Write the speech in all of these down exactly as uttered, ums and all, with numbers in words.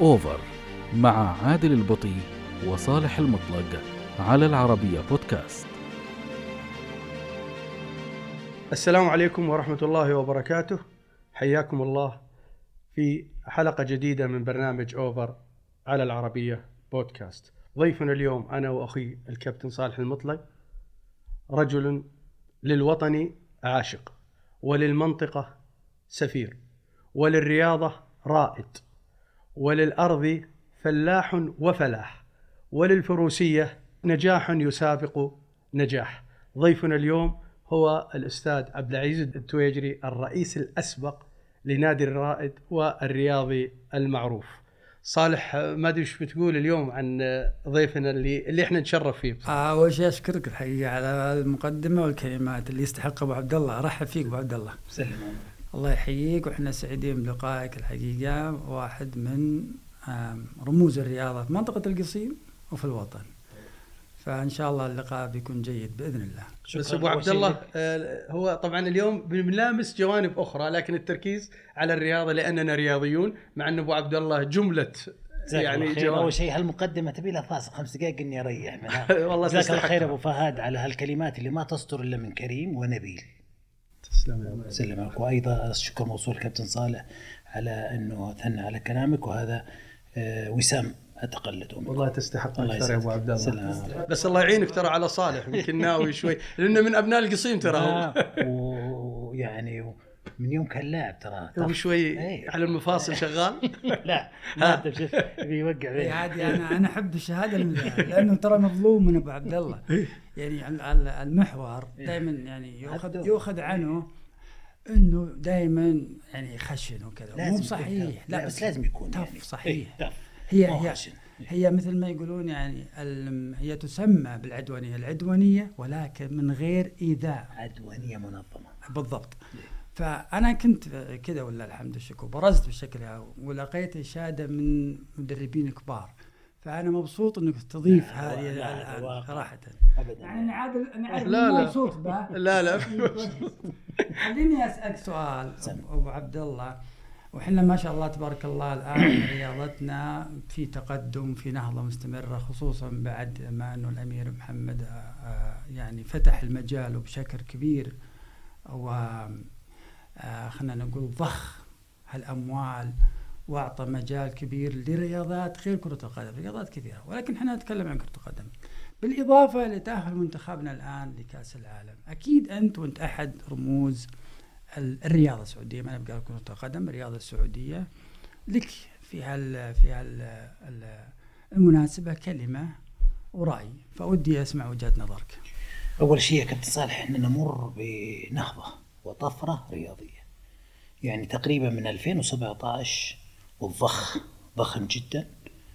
أوفر مع عادل البطي وصالح المطلق على العربية بودكاست. السلام عليكم ورحمة الله وبركاته، حياكم الله في حلقة جديدة من برنامج أوفر على العربية بودكاست. ضيفنا اليوم أنا وأخي الكابتن صالح المطلق، رجل للوطن عاشق، وللمنطقة سفير، وللرياضة رائد، وللأرض فلاح وفلاح، وللفروسية نجاح يسابق نجاح. ضيفنا اليوم هو الأستاذ عبد العزيز التويجري، الرئيس الأسبق لنادي الرائد والرياضي المعروف. صالح، ما أدري وش بتقول اليوم عن ضيفنا اللي اللي احنا نتشرف فيه. أول شيء أشكرك الحقيقة على المقدمة والكلمات اللي يستحق أبو عبد الله. أرحب فيك أبو عبد الله. سلام. الله يحييك، وإحنا سعيدين بلقائك الحقيقة. واحد من رموز الرياضة في منطقة القصيم وفي الوطن، فإن شاء الله اللقاء بيكون جيد بإذن الله. بس أبو عبد الله، هو طبعا اليوم بنلامس جوانب أخرى، لكن التركيز على الرياضة لأننا رياضيون، مع أن أبو عبد الله جملة يعني أول شيء هالمقدمة تبي لها فاصل خمس دقائق إني أريح منها. والله جزاك الله خير أبو فهد على هالكلمات اللي ما تصدر إلا من كريم ونبيل. تسلم. سلم. وأيضا الشكر موصول كابتن صالح على أنه أثنى على كلامك، وهذا وسام أتقلده. والله تستحق أكثر يا أبو عبد الله. سلام. بس الله يعينك ترى على صالح، يمكن ناوي شوي لأنه من أبناء القصيم ترى هو. ويعني من يوم كان لاعب ترى هو شوي ايه. على المفاصل شغال. لا ما تبشر بيوقع فيه عادي. أنا أنا أحب الشهادة لأنه ترى مظلوم من أبو عبد الله. يعني المحور دائما يعني يأخذ يأخذ عنه إنه دائما يعني خشن وكذا. مو صحيح. لا بس لازم يكون يعني صحيح. ايه هي هي هي مثل ما يقولون يعني هي تسمى بالعدوانية العدوانية، ولكن من غير إيذاء. عدوانية منظمة بالضبط. فأنا كنت كذا ولا الحمد لله برزت بالشكل هذا، ولقيت إشادة من مدربين كبار، فأنا مبسوط إنك تضيف هذه الآن صراحة. يعني أنا عادل أنا عادل مبسوط به. لا لا خليني أسألك سؤال أبو عبد الله. وحنا ما شاء الله تبارك الله الآن رياضتنا في تقدم، في نهضة مستمرة، خصوصا بعد ما أنه الأمير محمد يعني فتح المجال بشكل كبير، وخلنا نقول ضخ هالأموال وأعطى مجال كبير لرياضات غير كرة القدم، رياضات كثيرة، ولكن حنا نتكلم عن كرة القدم. بالإضافة لتأهل منتخبنا الآن لكأس العالم. أكيد أنت وأنت أحد رموز الرياضة السعودية، ما نبقى كرة القدم، الرياضة السعودية، لك في هال في هال المناسبة كلمة ورأي، فأودي أسمع وجهة نظرك. أول شيء يا كابتن صالح، إحنا نمر بنهضة وطفرة رياضية، يعني تقريبا من ألفين وسبعة عشر والضخ ضخم جدا.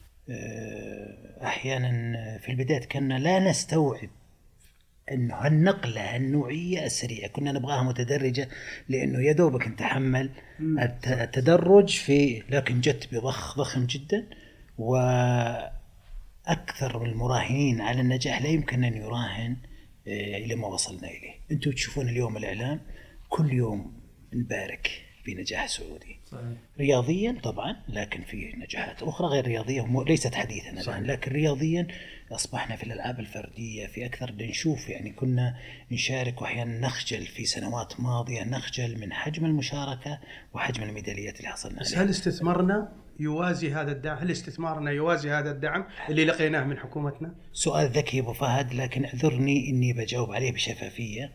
أحيانا في البداية كنا لا نستوعب إنه هالنقلة النوعية السريعة، كنا نبغاها متدرجة لأنه يدوبك نتحمل التدرج في، لكن جت بضخ ضخم جدا، وأكثر المراهنين على النجاح لا يمكن أن يراهن إلى ما وصلنا إليه. أنتوا تشوفون اليوم الإعلام كل يوم نبارك بنجاح سعودي. صحيح. رياضيا طبعا، لكن في نجاحات أخرى غير رياضية ليست حديثا الآن، لكن رياضيا أصبحنا في الألعاب الفردية في أكثر. نشوف يعني كنا نشارك وأحيانا نخجل في سنوات ماضية، نخجل من حجم المشاركة وحجم الميداليات اللي حصلنا عليها. هل استثمارنا يوازي هذا الدعم؟ هل استثمارنا يوازي هذا الدعم اللي لقيناه من حكومتنا؟ سؤال ذكي أبو فهد، لكن اعذرني إني بجاوب عليه بشفافية.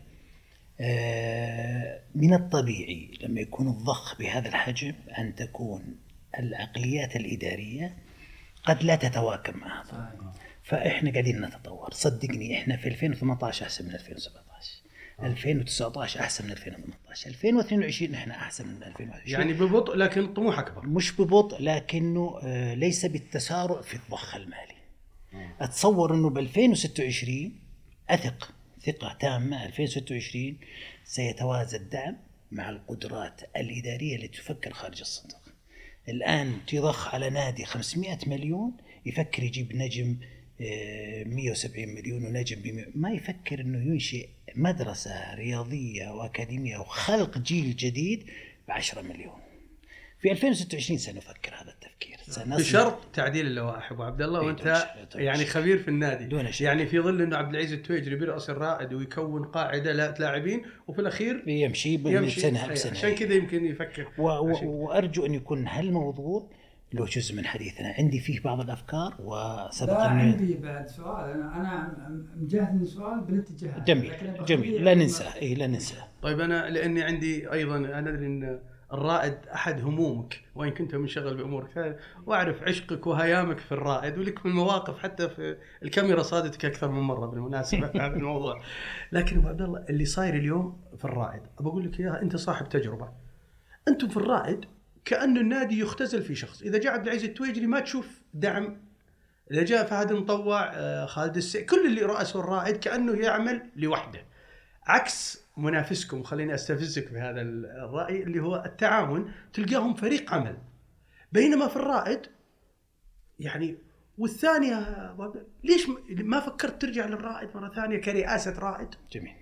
من الطبيعي لما يكون الضخ بهذا الحجم أن تكون العقليات الإدارية قد لا تتواكب مع هذا. فإحنا قاعدين نتطور، صدقني. إحنا في ألفين وثمانية عشر أحسن من ألفين وسبعة عشر، ألفين وتسعة عشر أحسن من ألفين وثمانية عشر، ألفين واثنين وعشرين إحنا أحسن من ألفين وواحد وعشرين. يعني ببطء لكن طموح أكبر. مش ببطء، لكنه ليس بالتسارع في الضخ المالي. أتصور أنه بألفين وستة وعشرين أثق ثقة تامة ألفين وستة وعشرين سيتوازى الدعم مع القدرات الإدارية اللي تفكر خارج الصندوق. الآن تضخ على نادي خمسمائة مليون يفكر يجيب نجم مئة وسبعين مليون ونجم، ما يفكر أنه ينشئ مدرسة رياضية وأكاديمية وخلق جيل جديد بعشرة مليون. في ألفين وستة وعشرين سنفكر هذا التفكير، بشرط تعديل اللوائح ابو عبد الله. وانت يعني خبير في النادي، يعني في ظل انه عبد العزيز التويجري بيرأس الرائد ويكون قاعده لاعبين وفي الاخير يمشي بسنه بسنه، عشان كذا يمكن يفكر. و... و... وارجو ان يكون هالموضوع له جزء من حديثنا. عندي فيه بعض الافكار وسبق لا ان عندي بعد سؤال، انا انا مجهز سؤال بالاتجاه. جميل جميل لا ننسى اي لا ننسى. طيب انا لاني عندي ايضا انا ادري ان الرائد احد همومك وان كنت منشغل بامورك ثانيه، واعرف عشقك وهيامك في الرائد، ولك من مواقف حتى في الكاميرا صادتك اكثر من مره بالمناسبه في هذا الموضوع. لكن ابو عبد الله اللي صاير اليوم في الرائد ابى اقول لك اياها، انت صاحب تجربه. انتم في الرائد كأنه النادي يختزل في شخص. إذا جاء عبد العزيز التويجري ما تشوف دعم، إذا جاء فهد المطوع، خالد السعيد، كل اللي رؤسوا الرائد كأنه يعمل لوحده، عكس منافسكم. خليني أستفزك بهذا الرأي اللي هو التعاون، تلقاهم فريق عمل. بينما في الرائد يعني والثانية، ليش ما فكرت ترجع للرائد مرة ثانية كرئاسة رائد؟ جميل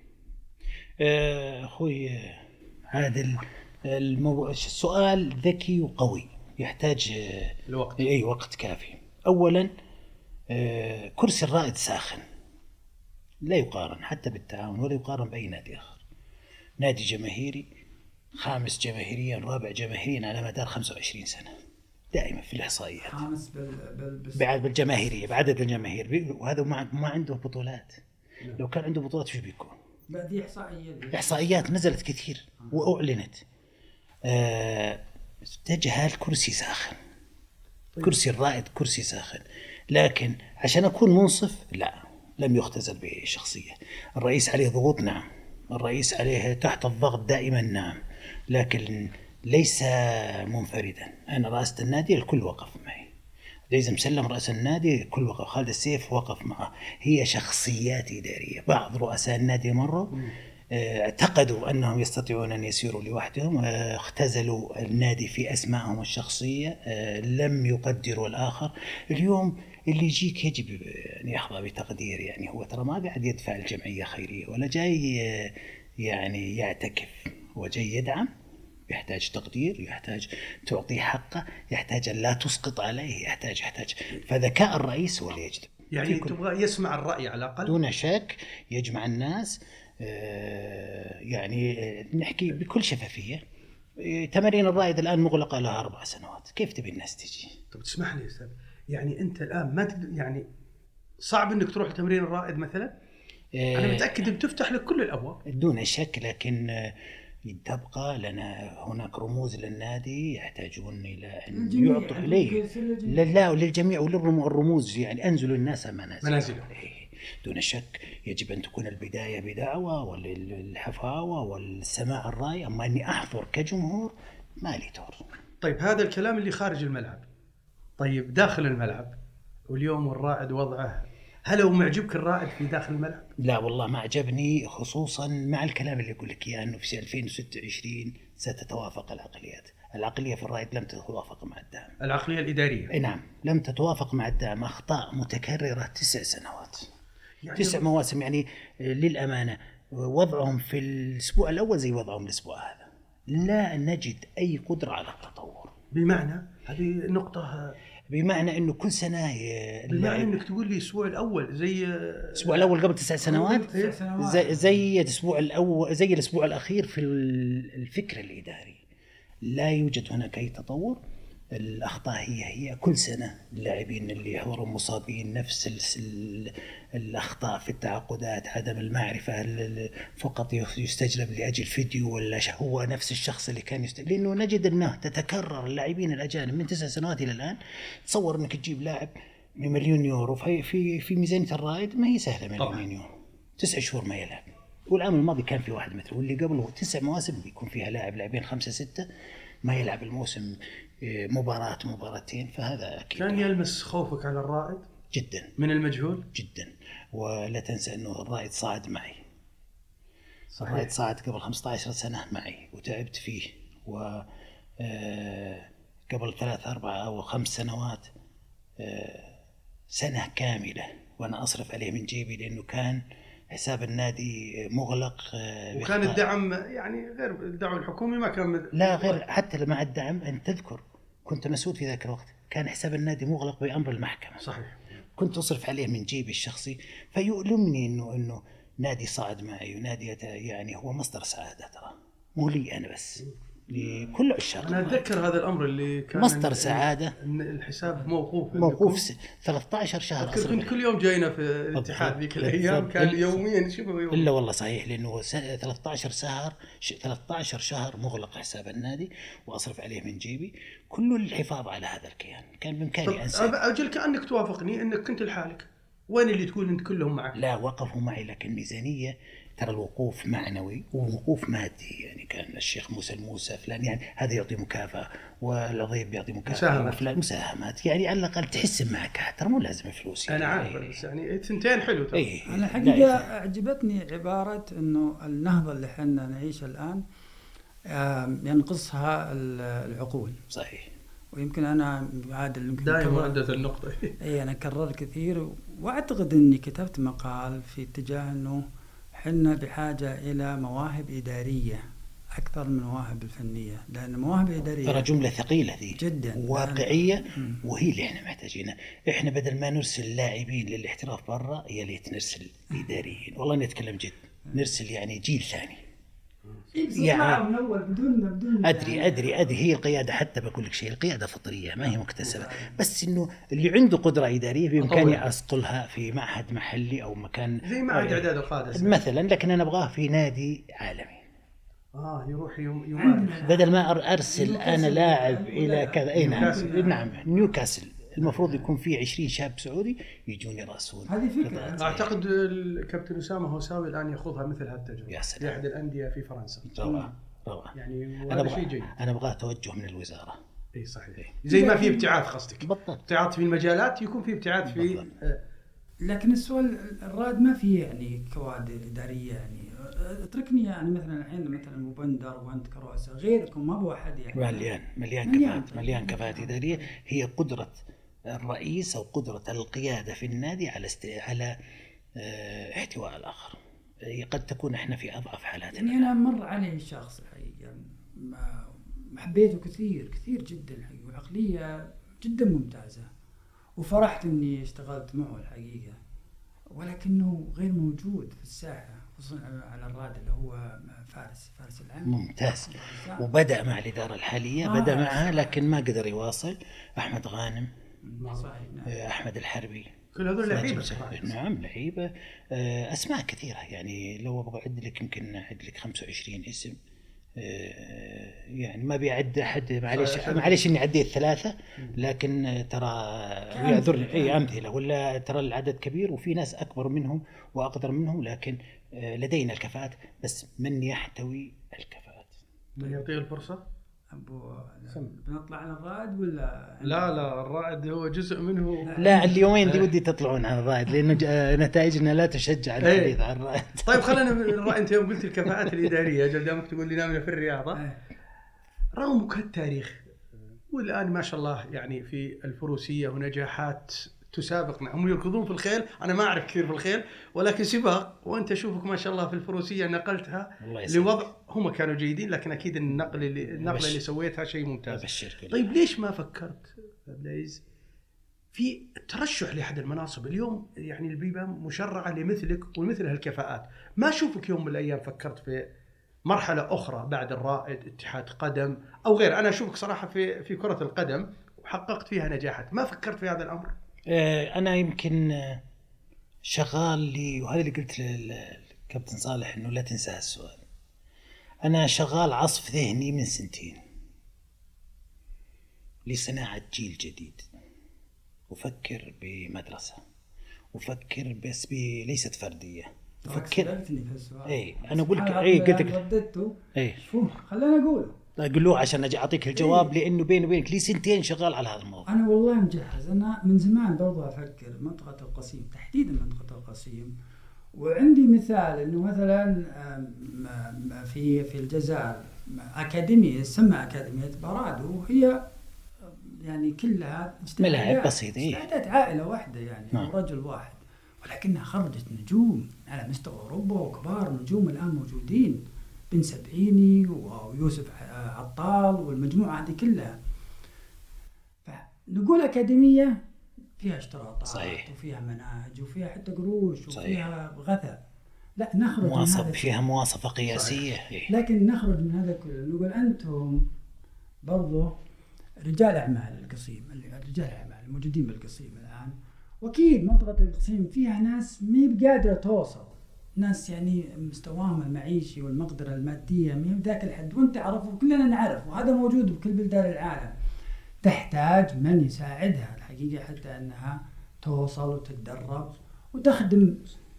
أخوي عادل، المو... السؤال ذكي وقوي يحتاج الوقت. أي وقت كافي. أولا كرسي الرائد ساخن، لا يقارن حتى بالتعاون ولا يقارن بأي نادي آخر. نادي جماهيري، خامس جماهيريا، رابع جماهيريا على مدار خمسة وعشرين سنة دائما في الإحصائيات. خامس بال... بال... بعد بالجماهيرية بعدد الجماهير، وهذا ما ما عنده بطولات. لو كان عنده بطولات شو بيكون؟ دي إحصائيات إحصائيات نزلت كثير وأعلنت. أه... تجهل كرسي ساخن. كرسي الرائد كرسي ساخن، لكن عشان أكون منصف لا، لم يختزل بشخصية. الرئيس عليه ضغوط، نعم. الرئيس عليه تحت الضغط دائما، نعم، لكن ليس منفردا. أنا رئاسة النادي الكل وقف معي، لازم مسلم رئيس النادي الكل وقف، خالد السيف وقف معه. هي شخصيات إدارية. بعض رؤساء النادي مروا اعتقدوا أنهم يستطيعون أن يسيروا لوحدهم، اختزلوا النادي في أسمائهم الشخصية، لم يقدروا الآخر. اليوم اللي يجيك يجب أن يحظى بتقدير. يعني هو ترى ما قاعد يدفع الجمعية خيرية ولا جاي يعني يعتكف، هو جاي يدعم، يحتاج تقدير، يحتاج تعطيه حقه، يحتاج أن لا تسقط عليه، يحتاج يحتاج فذكاء الرئيس هو اللي يجذب. يعني تبغى يسمع الرأي على الأقل دون شك، يجمع الناس. يعني نحكي بكل شفافية. تمارين الرائد الآن مغلقة لها أربع سنوات، كيف تبي الناس تجي؟ طب تسمح لي أستاذ، يعني أنت الآن ما تقدر، يعني صعب إنك تروح تمرين الرائد مثلا؟ أنا متأكد إن تفتح لك كل الأبواب دون شك، لكن تبقى لنا هناك رموز للنادي يحتاجون إلى أن يعطوا إليه، لا وللجميع وللرموز، يعني أنزلوا الناس منازلهم. دون شك يجب أن تكون البداية بدعوة والحفاوة والسماع الرأي، أما أني أحضر كجمهور ما لي دور. طيب هذا الكلام اللي خارج الملعب. طيب داخل الملعب واليوم الرائد وضعه، هل هو معجبك الرائد في داخل الملعب؟ لا والله ما عجبني، خصوصا مع الكلام اللي يقول لك إياه أنه في ألفين وستة وعشرين ستتوافق العقليات. العقلية في الرائد لم تتوافق مع الدعم. العقلية الإدارية؟ نعم لم تتوافق مع الدعم. أخطاء متكررة تسع سنوات، يعني تسع مواسم. يعني للأمانة وضعهم في الأسبوع الأول زي وضعهم الأسبوع هذا، لا نجد أي قدرة على التطور. بمعنى هذه نقطة، بمعنى إنه كل سنة بمعنى إنك تقول لي الأسبوع الأول زي الأسبوع الأول قبل تسع سنوات، زي, زي الأسبوع الأول زي الأسبوع الأخير في الفكر الإداري. لا يوجد هناك أي تطور. الأخطاء هي هي كل سنة. اللاعبين اللي يحضروا مصابين، نفس الأخطاء في التعاقدات، عدم المعرفة، فقط يستجلب لأجل فيديو، ولا هو نفس الشخص اللي كان يستجلب. لأنه نجد أنه تتكرر اللاعبين الأجانب من تسع سنوات إلى الآن. تصور أنك تجيب لاعب بمليون يورو في في في ميزانية الرائد، ما هي سهلة. مليون يورو تسع شهور ما يلعب. والعام الماضي كان في واحد مثله، واللي قبله تسع مواسم بيكون فيها لاعب لاعبين خمسة ستة ما يلعب الموسم مباراة مباراتين. فهذا أكيد كان يلمس خوفك على الرائد جدا من المجهول جدا. ولا تنسى أنه الرائد صعد معي. صحيح. الرائد صعد قبل خمسة عشر سنة معي وتعبت فيه، وقبل ثلاث أربع أو خمس سنوات سنة كاملة وأنا أصرف عليه من جيبي، لأنه كان حساب النادي مغلق. وكان الدعم يعني غير الدعم الحكومي ما كان لا غير حتى مع الدعم. أنت تذكر كنت مسؤول في ذاك الوقت، كان حساب النادي مغلق بأمر المحكمة. صحيح. كنت أصرف عليه من جيبي الشخصي، فيؤلمني إنه إنه نادي صعد معي ونادي يعني هو مصدر سعادة، ترى مو لي أنا بس، لكل عشاق. أنا أتذكر هذا الأمر اللي كان مصدر سعادة. الحساب موقوف موقوف ثلاثة عشر شهر. كنت كل يوم جاينا في الاتحاد ذيك الأيام، كان يوميا شبه يوم. إلا والله صحيح، لأنه ثلاثة عشر شهر ثلاثة عشر شهر مغلق حساب النادي وأصرف عليه من جيبي، كل الحفاظ على هذا الكيان. كان بإمكاني أنسى. أجل كأنك توافقني أنك كنت لحالك، وين اللي تقول أنت كلهم معك؟ لا وقفوا معي، لكن ميزانية ترى الوقوف معنوي ووقوف مادي. يعني كان الشيخ موسى الموسى فلان يعني هذا يعطي مكافأة، والعضيب يعطي مكافأة، وفلان مساهمات، يعني على الأقل تحس معك، ترى مو لازم فلوس. أنا عارف بس يعني ثنتين حلو ترى. إيه. أنا حقيقة أعجبتني عبارة إنه النهضة اللي حنا نعيشها الآن ينقصها العقول. صحيح. ويمكن أنا عادل يمكن دائما عدت النقطة. إيه أنا كرر كثير، وأعتقد إني كتبت مقال في اتجاه إنه حنا بحاجة إلى مواهب إدارية أكثر من مواهب الفنية، لأن مواهب إدارية ترى جملة ثقيلة ذي جدا واقعية، وهي اللي إحنا محتاجينها. إحنا بدل ما نرسل لاعبين للاحتراف برا، يا ليت نرسل إداريين. والله نتكلم جد، نرسل يعني جيل ثاني. يعني من أول بدون بدون أدري أدري أدري هي القيادة. حتى بقول لك شيء، القيادة فطرية ما هي مكتسبة، بس إنه اللي عنده قدرة إدارية بإمكاني أصقلها في معهد محلي أو مكان زي معهد إعداد القادة مثلا، لكن أنا أبغاه في نادي عالمي. آه يروح يوم يمارس، بدل ما أرسل أنا لاعب إلى كذا. أي نعم نعم نيوكاسل المفروض يكون فيه عشرين شاب سعودي يجون يراسون. هذه فكرة. أعتقد الكابتن أسامة هوساوي الآن يأخذها مثل هالتجربة في أحد الأندية في فرنسا. روعة روعة. يعني أنا أبغى أنا أبغى توجه من الوزارة. إيه صحيح. زي ما في ابتعاث قصدك. بالضبط. ابتعاث في المجالات يكون في ابتعاث في. بالضبط. لكن السؤال الرائد ما فيه يعني كوادر إدارية يعني. اتركني يعني مثلا الحين مثلا مبندر وانت كروسة غيركم ما هو احد يعني. مليان مليان كفاءات مليان كفاءات إدارية. هي قدرة الرئيس أو قدرة القيادة في النادي على است... على اه... احتواء الآخر. قد تكون احنا في أضعف حالاتنا. يعني أنا مر عليه شخص الحقيقة ما حبيته كثير كثير جدا الحقيقة، وعقلية جدا ممتازة، وفرحت إني اشتغلت معه الحقيقة، ولكنه غير موجود في الساحة، خصوصا على الراد اللي هو فارس فارس العام. ممتاز. وبدأ مع الإدارة الحالية آه بدأ معها لكن ما قدر يواصل. أحمد غانم صحيح. أحمد الحربي كل هذول لعيبة. نعم لعيبة أسماء كثيرة. يعني لو أبغى أعد لك يمكن أعد لك خمسة وعشرين اسم. يعني ما بيعد أحد معليش معليش إني عديت ثلاثة، لكن ترى يعذرني أي أمثلة ولا ترى العدد كبير وفي ناس أكبر منهم وأقدر منهم، لكن لدينا الكفاءات، بس من يحتوي الكفاءات من يعطيه الفرصة. أبو بنطلع على الرائد ولا لا لا الرائد هو جزء منه. لا اليومين دي ودي تطلعون على الرائد لأنه نتائجنا لا تشجع الحديث عن الرائد. طيب خلينا الرائد. أنت يوم قلت الكفاءات الإدارية جل دامك تقول لي نامنا في الرياضة رغم كالتاريخ والآن ما شاء الله يعني في الفروسية ونجاحات تسابقنا. هم يركضون في الخيل، أنا ما أعرف كثير في الخيل ولكن سباق، وأنت شوفك ما شاء الله في الفروسية نقلتها لوضع هم كانوا جيدين، لكن أكيد النقل اللي النقلة اللي سويتها شيء ممتاز. طيب ليش ما فكرت بلايز في ترشح لأحد المناصب اليوم؟ يعني البيبة مشرعة لمثلك ومثل هالكفاءات، ما أشوفك يوم من الأيام فكرت في مرحلة أخرى بعد الرائد اتحاد قدم أو غير؟ أنا أشوفك صراحة في في كرة القدم وحققت فيها نجاحات، ما فكرت في هذا الأمر؟ أنا يمكن شغال لي، وهذا اللي قلت للكابتن صالح إنه لا تنسى السؤال. أنا شغال عصف ذهني من سنتين لصناعة جيل جديد، وفكر بمدرسة، وفكر بس ليست فردية. فكر اي انا اقول لك اي قلت لك رددته اي شوف خلينا اقول اقول له عشان اجي اعطيك الجواب. إيه؟ لانه بيني وبينك لي سنتين شغال على هذا الموضوع. انا والله مجهز. انا من زمان برضو افكر منطقه القصيم، تحديدا منطقه القصيم. وعندي مثال انه مثلا في في الجزائر اكاديميه تسمى اكاديميه برادو، وهي يعني كلها ملاعب بسيطه، اجتهادات عائله واحده يعني نعم. رجل واحد، ولكنها خرجت نجوم على مستوى أوروبا وكبار نجوم الآن موجودين، بن سبعيني ويوسف عطال والمجموعة هذه كلها. فنقول أكاديمية فيها اشتراطات صحيح. وفيها مناهج وفيها حتى قروش وفيها غثاء، لا نخرج مواصف من هذا فيها مواصفة قياسية صحيح. لكن نخرج من هذا كله نقول أنتم برضو رجال أعمال القصيم، رجال أعمال الموجودين بالقصيم الآن، وأكيد منطقة القصيم فيها ناس ما بقادرة توصل، ناس يعني مستواهم المعيشي والمقدرة المادية ما بذاك الحد، وانت عرفه كلنا نعرف، وهذا موجود بكل بلدان العالم. تحتاج من يساعدها الحقيقة حتى أنها توصل وتتدرب وتخدم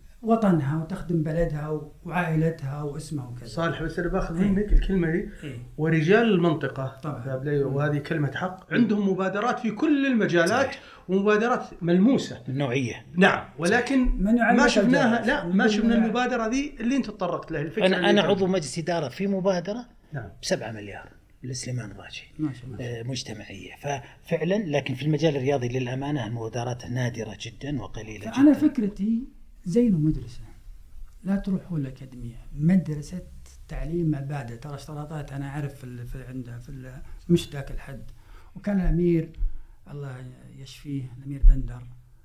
وطنها وتخدم بلدها وعائلتها واسمها وكذا. صالح، بس أنا باخذ منك الكلمة دي. ورجال المنطقة طبعا، وهذه كلمة حق، عندهم مبادرات في كل المجالات صحيح. ومبادرات ملموسة النوعية. نعم، ولكن ما شفناها. لا ما شفنا المبادرة ذي اللي انت تطرقت لها. الفكرة أنا, أنا عضو مجلس إدارة في مبادرة نعم. بسبعة مليار لسليمان الراجي مجتمعية، ففعلا لكن في المجال الرياضي للأمانة المبادرات نادرة جدا وقليلة جدا. أنا فكرتي زينوا مدرسة، لا تروحوا الأكاديمية، مدرسة تعليم مبادئ. ترى اشتراطات أنا أعرف في, في عنده في مش ذاك الحد. وكان الأمير الله يشفيه الأمير بندر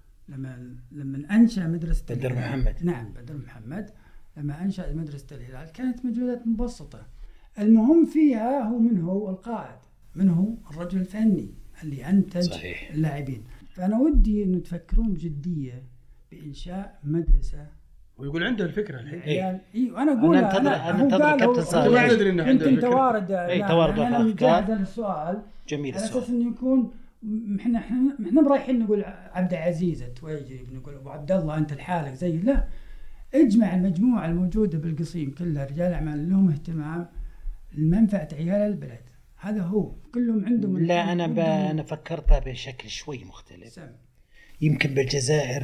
لما لما أنشأ مدرسة بندر محمد، نعم بندر محمد، لما أنشأ مدرسة الهلال كانت مجهودات مبسطة. المهم فيها هو من هو القائد، من هو الرجل الفني اللي أنتج صحيح. اللاعبين. فأنا ودي إنه تفكرون بجدية بإنشاء مدرسة. ويقول عنده الفكرة الحين. إيه إيه أنا أقول أنا أنتظر أنا أنتظر كابتن صالح. يمكن توارد. إيه توارد أنا مجهز السؤال. جميل على السؤال. أساس إنه يكون إحنا إحنا رايحين نقول عبد العزيز التويجري، بنقول أبو عبد الله أنت لحالك زي، لا، اجمع المجموعة الموجودة بالقصيم كلها رجال أعمال لهم اهتمام لمنفعة عيال البلد. هذا هو كلهم عندهم. لا أنا ب... أنا فكرتها بشكل شوي مختلف. سم. يمكن بالجزائر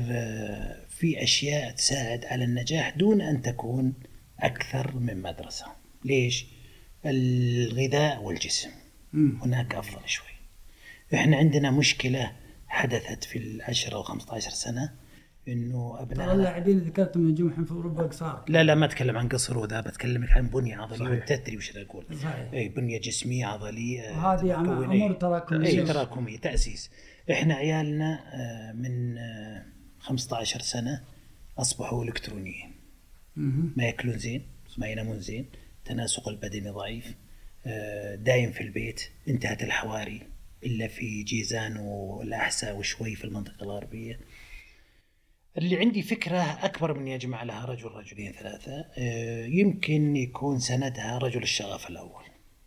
في أشياء تساعد على النجاح دون أن تكون أكثر من مدرسة. ليش؟ الغذاء والجسم م. هناك أفضل شوي. إحنا عندنا مشكلة حدثت في العشرة أو خمسة عشر سنة، إنه أبناء اللاعبين ذكرتم نجوم في أوروبا قصار. لا لا ما أتكلم عن قصر وذا، بتكلم عن بنية عضلية. تدري وش أقول؟ أي بنية جسمية عضلية. وهذه أمور تراكمية. أي تراكمية تأسيس. إحنا عيالنا من خمسة عشر سنة أصبحوا إلكترونيين، ما يأكلون زين، ما ينامون زين، تناسق البدني ضعيف، دايم في البيت، انتهت الحواري إلا في جيزان والأحساء وشوي في المنطقة الغربية. اللي عندي فكرة أكبر من يجمع لها رجل رجلين ثلاثة، يمكن يكون سندها رجل الشغف الأول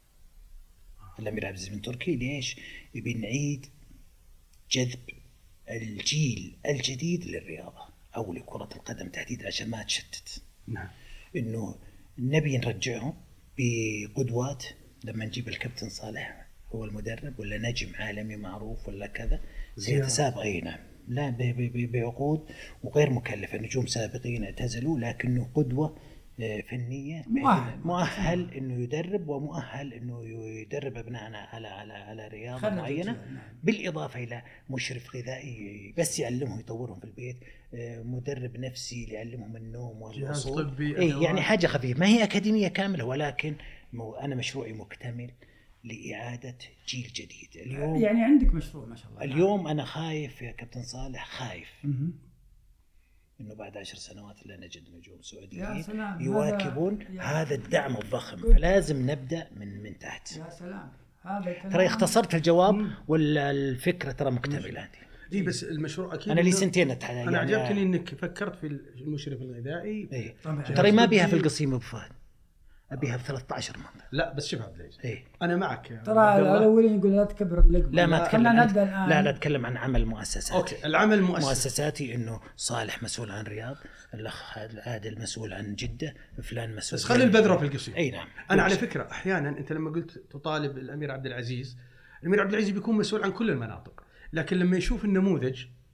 الأمير عبد العزيز بن تركي. ليش؟ يبي نعيد جذب الجيل الجديد للرياضة أو لكرة القدم تحديدا عشان ما تشتت. نعم. إنه نبي نرجعهم بقدوات. لما نجيب الكابتن صالح هو المدرب ولا نجم عالمي معروف ولا كذا سيتسابق. أي نعم، لا بعقود وغير مكلفة، نجوم سابقين اعتزلوا لكنه قدوة فنية، مؤهل, مؤهل انه يدرب ومؤهل انه يدرب ابنائنا على على على رياضة معينة، بالاضافة الى مشرف غذائي بس يعلمهم يطورهم في البيت، مدرب نفسي يعلمهم النوم والوصول، اي يعني حاجة خفيفة، ما هي اكاديمية كاملة، ولكن انا مشروعي مكتمل لإعادة جيل جديد. اليوم يعني عندك مشروع ما شاء الله. اليوم أنا خايف يا كابتن صالح، خايف م- إنه بعد عشر سنوات لا نجد نجوم سعوديين يواكبون هذا, هذا الدعم الضخم، فلازم نبدأ من من تحت. يا سلام، هذا ترى اختصرت الجواب م- ولا الفكرة ترى مكتملة عندي. إيه بس المشروع أكيد. أنا لي سنتين أتحدث. أنا يعني عجبتني إنك فكرت في المشرف الغذائي. إيه. ترى ما بيها في القصيم أبو فهد، أبيها بثلاثة عشر منطقة. لا بس شوف عبد العزيز، إيه؟ أنا معك. ترى الأولين يقول لا تكبر اللقمة. لا ما أتكلم عن... لا لا أتكلم عن عمل مؤسساتي. أوكي، العمل مؤسساتي. مؤسساتي إنه صالح مسؤول عن الرياض، الأخ عادل مسؤول عن جدة، فلان مسؤول. بس خلي البذرة في القصيم. أي نعم. أنا على فكرة أحيانا أنت لما قلت تطالب الأمير عبد العزيز، الأمير عبد العزيز بيكون مسؤول عن كل المناطق، لكن لما يشوف النموذج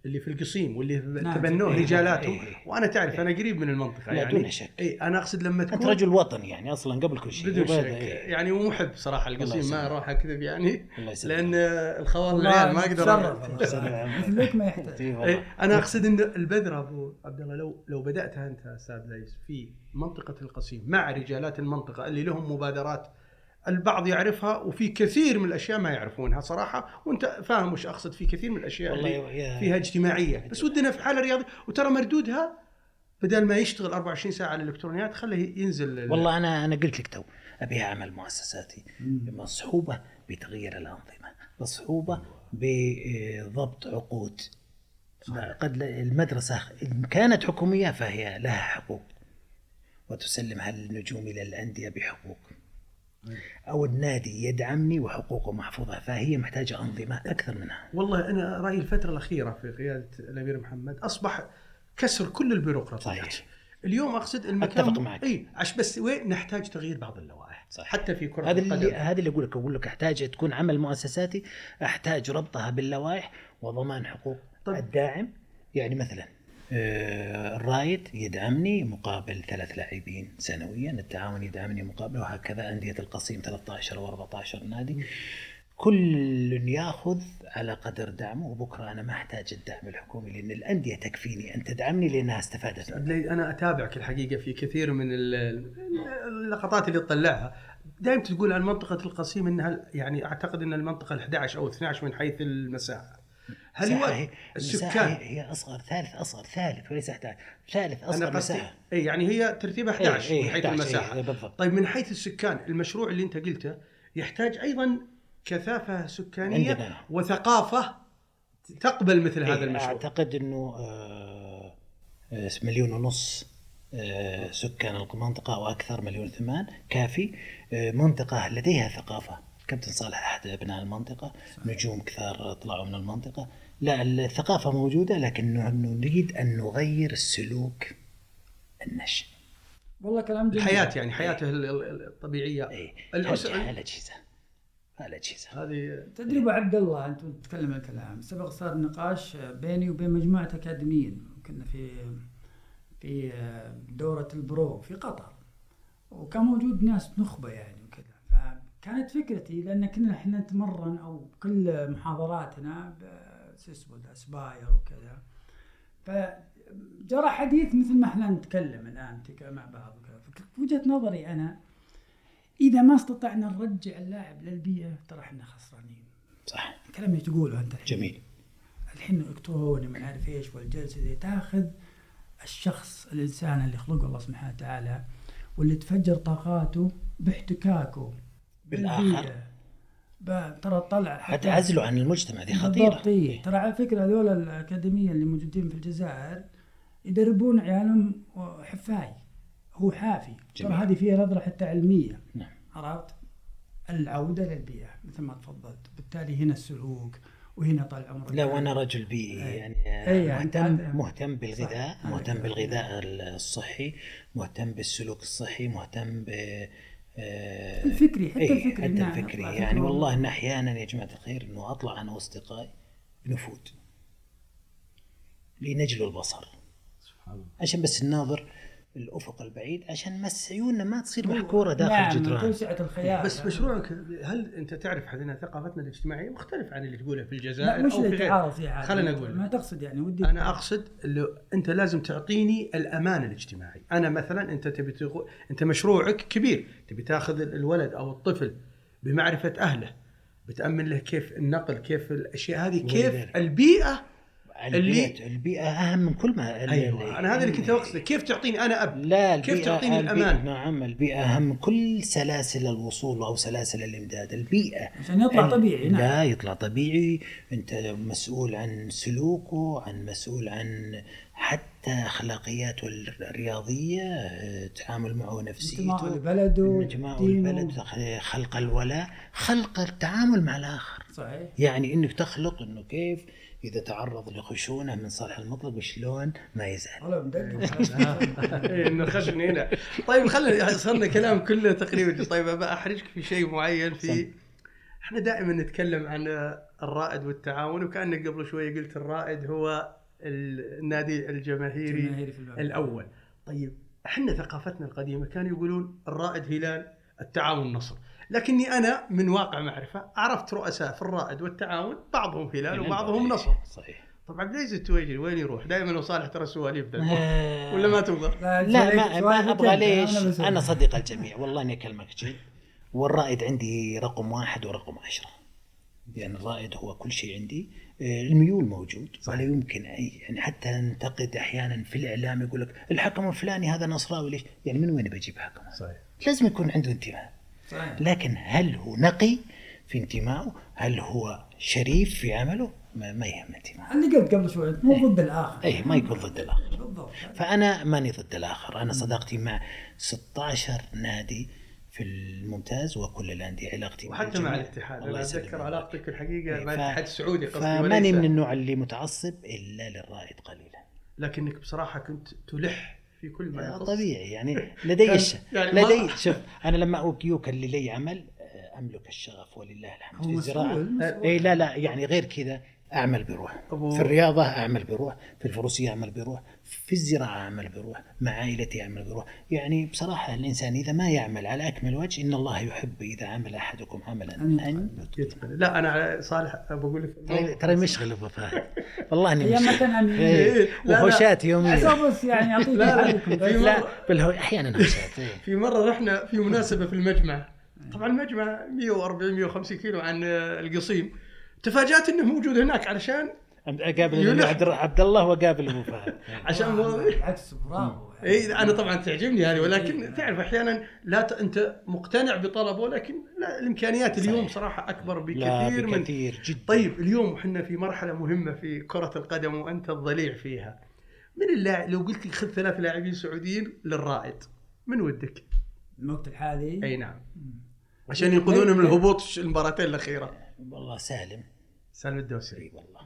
اللي في القصيم واللي نعم. تبنوه إيه. رجالاتهم. إيه. وانا تعرف انا قريب من المنطقه لا يعني دون شك. اي انا اقصد لما انت تكون رجل وطني يعني اصلا قبل كل شيء. بدون شك إيه. يعني ومحب صراحه القصيم ما راح اكذب يعني الله يسلمك. لان الخوال العيال ما اقدر مثلك ما يحتاج. إيه، انا اقصد ان البذره ابو عبد الله لو لو بداتها انت استاذ ليس في منطقه القصيم مع رجالات المنطقه اللي لهم مبادرات البعض يعرفها وفي كثير من الاشياء ما يعرفونها صراحه، وانت فاهم وش اقصد، في كثير من الاشياء اللي فيها اجتماعيه بس ودنا في حاله رياضيه، وترى مردودها بدل ما يشتغل أربعة وعشرين ساعه على الالكترونيات خليه ينزل. والله انا انا قلت لك تو ابيها عمل مؤسساتي مصحوبه بتغيير الانظمه، مصحوبه بضبط عقود. قد المدرسه ان كانت حكوميه فهي لها حقوق وتسلم هالنجوم الى الانديه بحقوق، أو النادي يدعمني وحقوقه محفوظة، فهي محتاجة أنظمة أكثر منها. والله أنا رأيي الفترة الأخيرة في قيادة الأمير محمد أصبح كسر كل البيروقراطيات. اليوم أقصد المكان أتفق معك. إيه عش بس وين نحتاج تغيير بعض اللوائح صحيح. حتى في كرة هذا القدم. اللي هذا اللي أقول لك أقول لك أحتاج تكون عمل مؤسساتي، أحتاج ربطها باللوائح وضمان حقوق طيب. الداعم. يعني مثلا آه الرايد يدعمني مقابل ثلاث لاعبين سنويا، التعاون يدعمني مقابل، وهكذا أندية القصيم ثلاثة عشر وأربعة عشر نادي، كل ياخذ على قدر دعمه. وبكره انا ما احتاج الدعم الحكومي لان الانديه تكفيني ان تدعمني لانها استفادت. انا اتابعك الحقيقه في كثير من اللقطات اللي تطلعها، دائما تقول عن منطقه القصيم انها يعني اعتقد ان المنطقه الأحد عشر او اثني عشر من حيث المساحه. هل هو السكان هي اصغر ثالث اصغر ثالث وليس احد عشر ثالث اصغر مساحه. اي يعني هي ترتيبها أحد عشر أي من حيث المساحه. أي طيب من حيث السكان المشروع اللي انت قلته يحتاج ايضا كثافة سكانية عندنا. وثقافة تقبل مثل إيه هذا المشروع. أعتقد أنه آه مليون ونص آه سكان المنطقة أو أكثر، مليون ثمان كافي. آه منطقة لديها ثقافة. كابتن صالح أحد أبناء المنطقة، نجوم كثار طلعوا من المنطقة. لا الثقافة موجودة، لكن نريد أن نغير السلوك النشئ. والله كلام جميل. الحياة يعني حياته الطبيعية. إيه. الأسرة الأجهزة الأجهزة هذه تدري أبو عبد الله، أنت تتكلم الكلام سبق صار نقاش بيني وبين مجموعة أكاديميين، كنا في في دورة البرو في قطر، وكان موجود ناس نخبة يعني وكذا. فكانت فكرتي لأن كنا إحنا نتمرن أو كل محاضراتنا بسيسبو الأسباير وكذا، فجرى حديث مثل ما إحنا نتكلم الآن مع بعض وكذا. فوجهة نظري أنا إذا ما استطعنا نرجع اللاعب للبيئة ترى إحنا خسرانين. صح. الكلام اللي تقوله أنت الحين. جميل. الحين إلكتروني ما نعرف إيش والجلسة دي تأخذ الشخص الإنسان اللي خلقه الله سبحانه وتعالى واللي تفجر طاقاته باحتكاكه بالآخر. ترى طلع حتى عزله عن المجتمع، دي خطيرة. إيه. ترى على فكرة هذول الأكاديمية اللي موجودين في الجزائر يدربون عيالهم حفاي، هو حافي. ترى هذه فيها نظرة حتى علمية. نعم. عرفت؟ العودة للبيئة مثل ما تفضلت، بالتالي هنا السلوك وهنا طال عمرك. لا وانا رجل بيئي أي. يعني أي مهتم يعني مهتم بالغذاء، صح. مهتم بالغذاء الصحي، مهتم بالسلوك الصحي، مهتم ب الفكري حتى أي الفكري. حتى نعم. الفكري يعني والله ان احيانا يا جماعه الخير انه اطلع انا واصدقائي بنفود لنجل البصر سبحان الله، عشان بس نناظر الأفق البعيد عشان مس عيوننا ما تصير محكورة داخل نعم جدران. توسعة الخيال. بس مشروعك هل أنت تعرف حدنا ثقافتنا الاجتماعية مختلف عن اللي تقوله في الجزائر لا مش أو في الاتعاظ يا عادل. خلينا نقول ما تقصد يعني ودي أنا أقصد اللي أنت لازم تعطيني الأمان الاجتماعي. أنا مثلا أنت تبي تغو... أنت مشروعك كبير، تبي تأخذ الولد أو الطفل بمعرفة أهله، بتأمن له كيف النقل، كيف الأشياء هذه، كيف البيئة اللي البيئة أهم من كل ما. أيوة. أنا هذا اللي كنت أقصده، كيف تعطيني أنا أب، لا كيف تعطيني الأمان. نعم البيئة أهم من كل سلاسل الوصول أو سلاسل الإمداد. البيئة عشان يطلع طبيعي. لا نعم. يطلع طبيعي. أنت مسؤول عن سلوكه، عن مسؤول عن حتى أخلاقياته الرياضية، تعامل معه نفسيته، انتماء لبلده، انتماء البلد، خلق الولاء، خلق التعامل مع الآخر. صحيح. يعني إنك تخلق إنه كيف إذا تعرض لخشونة من صالح المطلق وشلون ما يزعل. والله مدلل. إنه خشن هنا. طيب خلنا صرنا كلام كله تقريبا. طيب أبى أحرجك في شيء معين في احنا دائما نتكلم عن الرائد والتعاون، وكأنك قبل شوية قلت الرائد هو النادي الجماهيري الأول. طيب احنا ثقافتنا القديمة كانوا يقولون الرائد هلال، التعاون نصر، لكني أنا من واقع معرفة عرفت رؤساء في الرائد والتعاون بعضهم هلال وبعضهم نصر. صحيح. طبعا عبد العزيز التويجري وين يروح؟ دائما وصالح ترى سواليف ولا ما تبغى؟ لا ما, ما أبغى. ليش؟ أنا صديق الجميع والله إني أكلمك جد. والرائد عندي رقم واحد ورقم عشرة، لأن الرائد هو كل شيء عندي. الميول موجود ولا يمكن أي يعني حتى ننتقد أحيانا في الإعلام يقول لك الحكم الفلاني هذا نصراوي، ليش؟ يعني من وين بجيب حكم؟ صحيح. لازم يكون عنده انتماء. صحيح. لكن هل هو نقي في انتمائه؟ هل هو شريف في عمله؟ ما, ما يهم انتماء. اللي قلت قبل شوي مو ضد الآخر. أي ما يكون ضد الآخر. بالضبط. فأنا ماني ضد الآخر. أنا صداقتي مع ستة عشر نادي في الممتاز وكل الأندية، علاقتي وحتى مع الاتحاد. أنا أتذكر علاقتك الحقيقة مع الاتحاد السعودي قصدي. فماني من النوع اللي متعصب إلا للرائد قليلا. لكنك بصراحة كنت تلح في كل ما يخص. طبيعي يعني لدي الش... يعني لدي شوف أنا لما يوكل لي عمل أملك الشغف ولله الحمد. في الزراعة إيه لا لا يعني غير كذا أعمل بروح. في الرياضة أعمل بروح، في الفروسية أعمل بروح، في الزراعة أعمل بروح، مع عائلتي أعمل بروح. يعني بصراحة الإنسان إذا ما يعمل على أكمل وجه إن الله يحب إذا عمل أحدكم عملا أن يتقن. لا أنا صالح بقول لك ترى مشغل أبو فهد والله إني مشغل إيه. وهوشات يومية بس يعني أعطيك لا بالهو أحيانا هوشات. في مرة رحنا في مناسبة في المجمع، طبعا المجمع مية وأربعين مية وخمسين كيلو عن القصيم، تفاجأت إنه موجود هناك علشان أقابل عبد الله وقابل أبو فهد عشان عكس برافو. إيه أنا طبعا تعجبني هذه، ولكن تعرف أحيانا لا ت... أنت مقتنع بطلبه، لكن لا الإمكانيات اليوم صراحة أكبر بكثير من جدا. طيب اليوم إحنا في مرحلة مهمة في كرة القدم وأنت الضليع فيها. من اللاعب لو قلت لي خذ ثلاث لاعبين سعوديين للرائد من ودك؟ الوقت الحالي أي نعم عشان ينقذون من الهبوط المباراتين الأخيرة. والله سالم سالم الدوسري والله.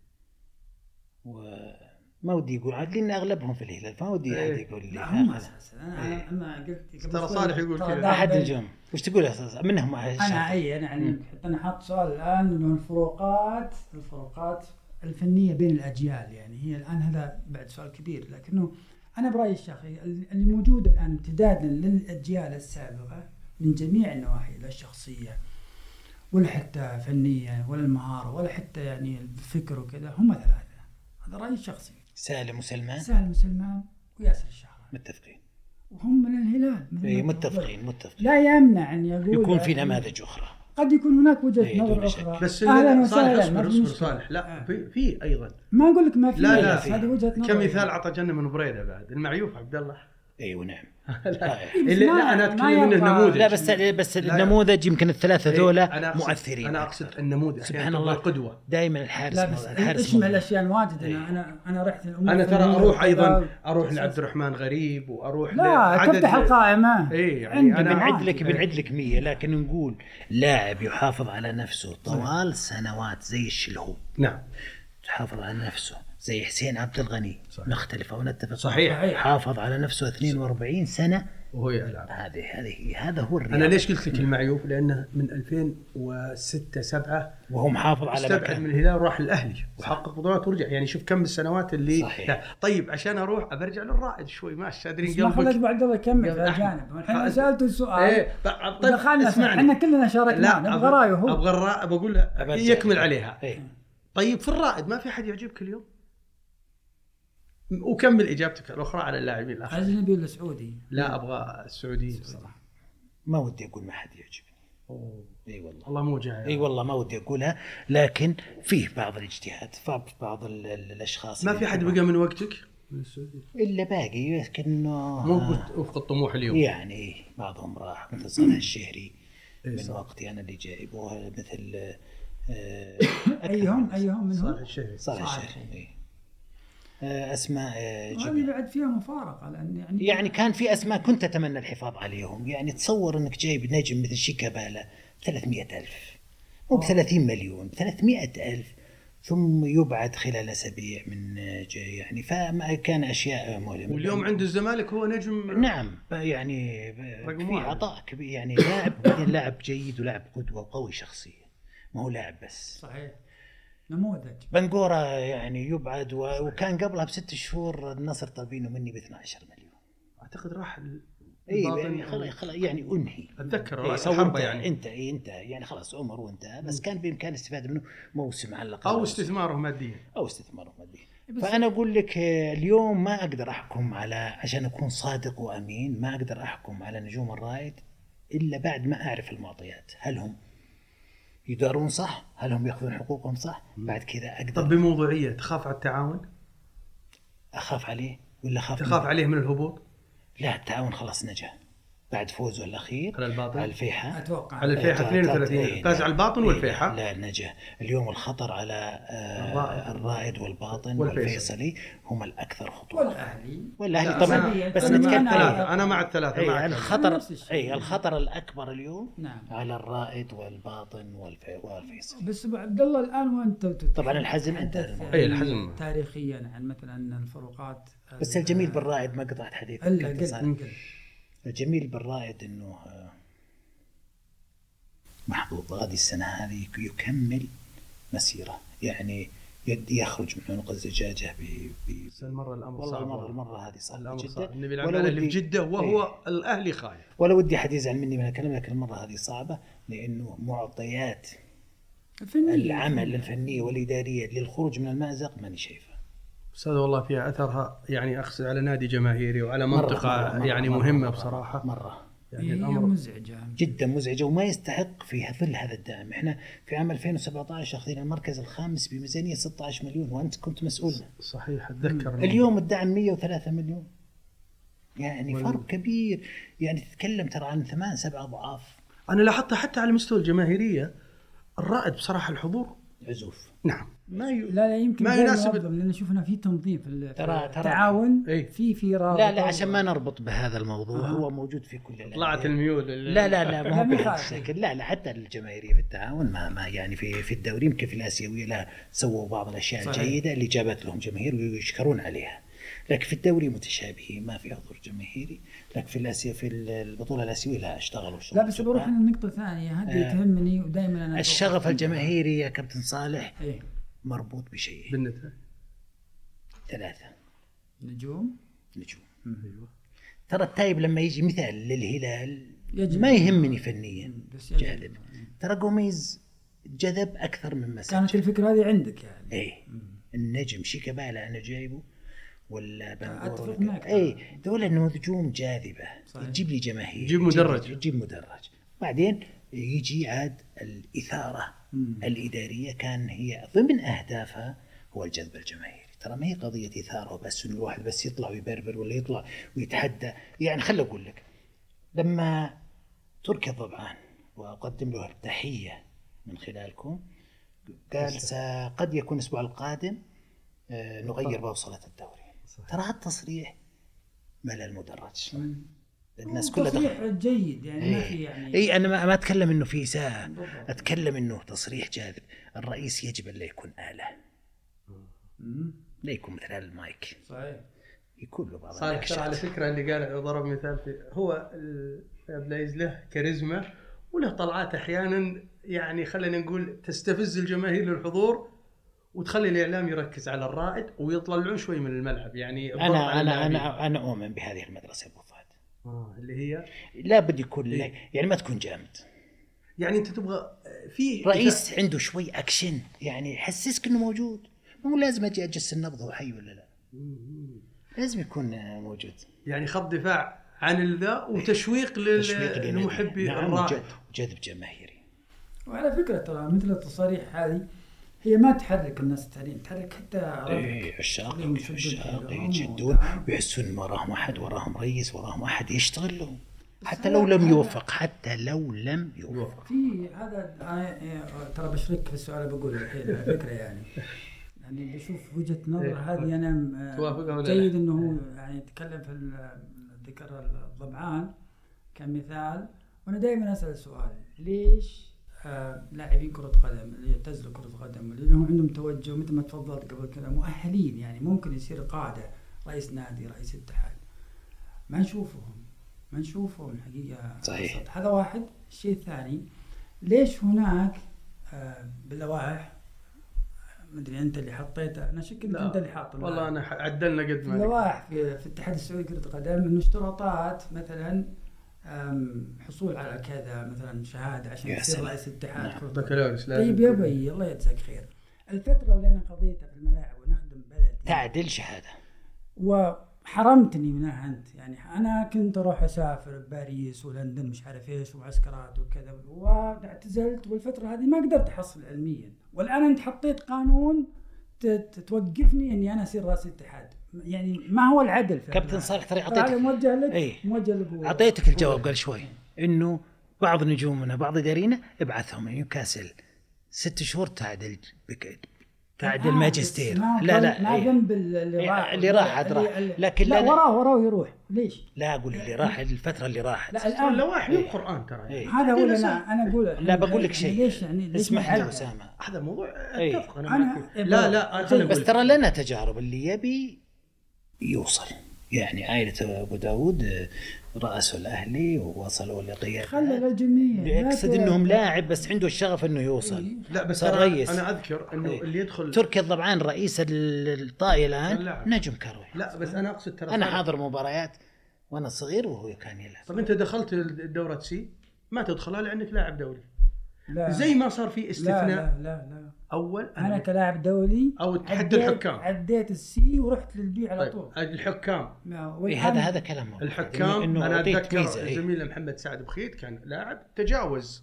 وما ودي يقول عاد لأن أغلبهم في الهلال، فما ودي أحد إيه. يقول لي هم أساسا أنا أنا قلت ترى صالح يقول كذا أحد الجم وش تقول أساسا منهم أنا أي أنا يعني أنا حاط سؤال الآن إنه الفروقات الفروقات الفنية بين الأجيال، يعني هي الآن هذا بعد سؤال كبير، لكنه أنا برأيي الشخصي اللي موجود الآن امتدادا للأجيال السابقة من جميع النواحي، لا الشخصية ولا حتى فنيا ولا المهارة ولا حتى يعني الفكر وكذا، هم ثلاثة. هذا رأيي الشخصي. سالم وسلمان سالم وسلمان وياسر الشهراني متفقين، وهم من الهلال. اي متفقين متفقين. لا يمنع أن يقول يكون في نماذج أخرى، قد يكون هناك وجهة نظر أخرى. بس أهلا وسهلا. اصبر اصبر صالح. لا في, في أيضا ما أقول لك ما في. لا لا هذه وجهة نظر. كمثال عطى جنة من بريدة بعد المعيوف عبد الله. ايوه نعم. لا, لا انا اتكلم من النموذج. لا بس بس النموذج يمكن الثلاثه ذولا مؤثرين. انا اقصد النموذج سبحان الله القدوه دائما الحارس. الحارس تشمل الاشياء الواجد. انا انا انا رحت الامور. انا ترى اروح ايضا اروح لعبد الرحمن غريب واروح لا تفتح القائمه. اي يعني انا بنعد لك بنعد لك مية، لكن نقول لاعب يحافظ على نفسه طوال سنوات زي الشلهوب. نعم تحافظ على نفسه زي حسين عبد الغني. صحيح. نختلف او نتفق. صحيح. حافظ على نفسه اثنين وأربعين سنة وهو يلعب. هذه هذه هذا هو الرياضة. أنا ليش قلت لك المعيوف؟ لأنه من ألفين وستة سبعة وهو محافظ على استبعد من الهلال وراح للأهلي وحقق بطولات ورجع. يعني شوف كم السنوات اللي. صحيح. طيب عشان أروح أبرجع للرائد شوي ماشي تدرين قلبك. ما خليت بعد الله يكمل في الجانب. الحين سألته السؤال. إيه. طيب دخلنا احنا كلنا شاركنا نبغى رأيه هو. أبغى الرائد بقول له يكمل عليها. إيه. طيب في الرائد ما في أحد يعجبك اليوم؟ وكمل إجابتك الأخرى على اللاعبين الآخر. أجنبي ولا سعودي؟ لا أبغى السعودي بصراحة. ما ودي أقول ما حد يعجبني. أوه. إي والله. الله مو جاي. إي والله ما ودي أقولها، لكن فيه بعض الاجتهاد، في بعض الأشخاص. ما في حد بقى من وقتك من السعودية إلا باقي، لكنه مو وفق الطموح اليوم. يعني بعضهم راح مثل صالح الشهري من وقتي أنا اللي جايبوها، مثل آه أيهم أيهم منهم صالح الشهري. صالح الشهري. أسماء هذه بعد فيها مفارقة، لأن يعني يعني كان في أسماء كنت أتمنى الحفاظ عليهم. يعني تصور أنك جايب نجم مثل شيكابالا بثلاثمائة ألف مو بثلاثين مليون، بثلاثمائة ألف ثم يبعد خلال أسابيع من يعني، فما كان أشياء مهمة. واليوم عند الزمالك هو نجم. نعم يعني في عطاء كبير يعني، لاعب بعدين لاعب جيد ولاعب قدوة وقوي شخصية، ما هو لاعب بس. صحيح، نموذج. بنغورة يعني يبعد، وكان قبلها بست شهور النصر طالبينه مني ب اثنا عشر مليون. أعتقد راح اي يعني خلاص خلاص يعني انهي، اتذكر إيه راس الحربه يعني انت انت إيه انت يعني خلاص عمر وانتهى، بس كان بامكان الاستفاده منه موسم على الاقل، او استثماره ماديا او استثماره ماديا. فانا اقول لك اليوم ما اقدر احكم على، عشان اكون صادق وامين، ما اقدر احكم على نجوم الرائد الا بعد ما اعرف المعطيات، هل هم يدارون صح، هل هم ياخذون حقوقهم صح، بعد كذا اقدر. طب بموضوعيه، تخاف على التعاون؟ اخاف عليه ولا اخاف تخاف عليه من الهبوط؟ لا، التعاون خلاص نجا بعد فوزه الأخير على الباطن، على الفيحة. أتوقع على الفيحة اثنين وثلاثين فاز على الباطن والفيحة. لا نجا. اليوم الخطر على آه الرائد والباطن والفيصلي هم الأكثر خطورة، والأهلي والأهلي طبعا، بس نتكلم ثلاثة. أنا مع الثلاثة. مع الخطر أي الخطر الأكبر اليوم نعم. على الرائد والباطن والفيصلي. بس أبو عبد الله الآن وأنت طبعا الحزم يعني أي الحزم تاريخيا عن مثلا الفروقات. بس الجميل بالرائد ما قطعت حديث الجميل بالرائد انه محظوظ هذه السنه هذه يكمل مسيره، يعني يخرج من عنق الزجاجه ب المره الامر صعب، والله المره هذه صعبه جدا. النبي العمال اللي في جده وهو ايه؟ الاهلي خايف، ولا ودي حد يزعل مني من الكلام، لكن المره هذه صعبه لانه معطيات الفنية. العمل الفنيه والاداريه للخروج من المأزق ماني شايفه أستاذ، والله فيها أثرها، يعني أقصد على نادي جماهيري وعلى منطقة مرة مرة يعني مرة مهمة مرة بصراحة مرة يعني الأمر مزعجة جدا مزعجة، وما يستحق في ظل هذا الدعم. إحنا في عام ألفين وسبعة عشر أخذنا المركز الخامس بميزانية ستة عشر مليون وأنت كنت مسؤول. صحيح أتذكر. اليوم الدعم مئة وثلاثة مليون، يعني وال... فرق كبير، يعني تتكلم ترى عن ثمان سبع أضعاف. أنا لاحظت حتى على المستوى الجماهيرية الرائد بصراحة الحضور عزوف. نعم ما ي... لا لا يمكن ما يناسب، لأن شفنا في تنظيم في ترى التعاون ايه؟ في في رابط. لا لا عشان ما نربط بهذا الموضوع. آه. هو موجود في كل الأندية. طلعت الميول. لا لا لا ما هو بهالشكل. لا لا حتى الجماهيرية في التعاون ما ما يعني في في الدوري يمكن في الآسيوية لا سووا بعض الأشياء صحيح. الجيدة اللي جابت لهم جماهير ويشكرون عليها، لكن في الدوري متشابهين ما في حضور جماهيري. لكن في الآسيا في البطولة الآسيوية لا اشتغلوا شغل. لا بس بروح للنقطة الثانية هذه آه. تهمني ودائما أنا الشغف الجماهيري يا كابتن صالح إيه؟ مربوط بشيء بالنتائج. ثلاثة نجوم نجوم أيوة. ترى التايب لما يجي مثال للهلال يجب. ما يهمني فنيا جاذب، ترى قوميز جذب أكثر من مسجد. كانت الفكرة هذه عندك يعني. إيه النجم شيكابالا أنا جايبه ولا بنغور اي دول النجوم جاذبه تجيب لي جماهير، تجيب مدرج تجيب مدرج بعدين يجي عاد الاثاره مم. الاداريه كان هي ضمن اهدافها هو الجذب الجماهيري. ترى ما هي قضيه اثاره بس انه الواحد بس يطلع ويبربر ولا يطلع ويتحدى. يعني خل اقول لك لما تركي الضبعان واقدم له التحيه من خلالكم قال قد يكون الاسبوع القادم نغير بوصلة الدوري. ترى هالتصريح ملا المدرج. الناس كلها تصريح جيد يعني ايه ما في يعني اي انا ما, ما اتكلم انه في ساعة، اتكلم انه تصريح جاذب. الرئيس يجب ان لا يكون آلة، لا يكون مثل المايك. صحيح يكون له بعض صالح. على فكرة اللي قال ضرب مثال في هو بلايز له كاريزما وله طلعات احيانا يعني خلينا نقول تستفز الجماهير للحضور وتخلي الإعلام يركز على الرائد ويطلعون شوي من الملعب. يعني أنا أنا أنا أنا أؤمن بهذه المدرسة أبو فهد. آه اللي هي لا بدي يكون إيه؟ يعني ما تكون جامد. يعني أنت تبغى في رئيس إذا... عنده شوي أكشن، يعني يحسسك إنه موجود. مو لازم أجي أجس النبض هو حي ولا لا. لازم يكون موجود. يعني خط دفاع عن الذا وتشويق للمحبي نعم الرائد وجذب جماهيري. وعلى فكرة ترى مثل التصاريح هذه هي ما تحرك الناس التانيين، تحرك حتى ايه العشاق العشاق يجدون ويحسون وراهم احد، وراهم رئيس، وراهم احد يشتغل لهم حتى لو لم يوفق، حتى لو لم يوفق. في هذا ترى بشارك في السؤال بقول الحين على فكرة يعني يعني بشوف وجهة نظر هذه أنا جيد إنه يعني يتكلم في ذكر الضبعان كمثال. وأنا دائما أسأل سؤال ليش آه لاعبين كرة قدم اللي يعتزلوا كرة قدم اللي هم عندهم توجه مثل ما تفضلت قبل كذا مؤهلين، يعني ممكن يصير قادة رئيس نادي رئيس اتحاد، ما نشوفهم ما نشوفهم الحقيقة. صحيح. هذا واحد. الشيء الثاني، ليش هناك آه باللوائح، مدري أنت اللي حطيته، أنا شك أنت اللي حاط والله أنا عدلنا قد ما اللوائح في, في الاتحاد السعودي كرة القدم إنه اشتراطات مثلا حصول على كذا مثلا شهادة عشان يصير رئيس اتحاد كرة بكالوريوس. طيب يا بي الله يجزاك خير، الفترة اللي أنا قضيتها في الملاعب ونخدم بلدي تعدل شهادة وحرمتني منها أنت، يعني أنا كنت أروح أسافر باريس ولندن مش عارف إيش ومعسكرات وكذا واعتزلت، والفترة هذه ما قدرت أحصل علميا، والآن أنت حطيت قانون توقفني إني أنا أصير رئيس اتحاد، يعني ما هو العدل؟ كابتن صالح ترى أعطيتك موجه لك ايه؟ موجه لك أعطيتك الجواب قبل شوي إنه بعض نجومنا بعض دارينا ابعثهم نيوكاسل ست شهور تعدل بك تعدل ماجستير. لا لا ما ذنب اللي راح اللي راح عاد راح، لكن لا وراه وراه يروح ليش؟ لا أقول اللي راح الفترة اللي راحت. لا الآن اللوائح بالقرآن ترى ايه. هذا هو أنا أنا أقول لا بقول لك شيء ليش يعني ليش اسمح لي أسامة، هذا موضوع ايه. اتفق انا, أنا لا لا أنا بس ترى لنا تجارب اللي يبي يوصل، يعني عائلة أبو داود رأسوا الأهلي ووصلوا لقيادة، خلى للجميع يقصد إنهم لاعب بس عنده الشغف إنه يوصل. لا بس صار رئيس. أنا أذكر إنه ايه. اللي يدخل تركي الضبعان رئيس الطائي الآن نجم كروي. لا بس أنا أقصد ترى أنا حاضر مباريات وأنا صغير وهو كان يلعب. طب أنت دخلت الدورة سي ما تدخلها لأنك لاعب دولي. لا. زي ما صار في استثناء. لا لا لا, لا. أول أنا, أنا كلاعب دولي أو تحدي الحكام عديت السي ورحت للبي على طيب. طول. الحكام إيه هذا هذا كلام الحكام إنه أنا أتذكر زميلنا محمد سعد بخيت كان لاعب تجاوز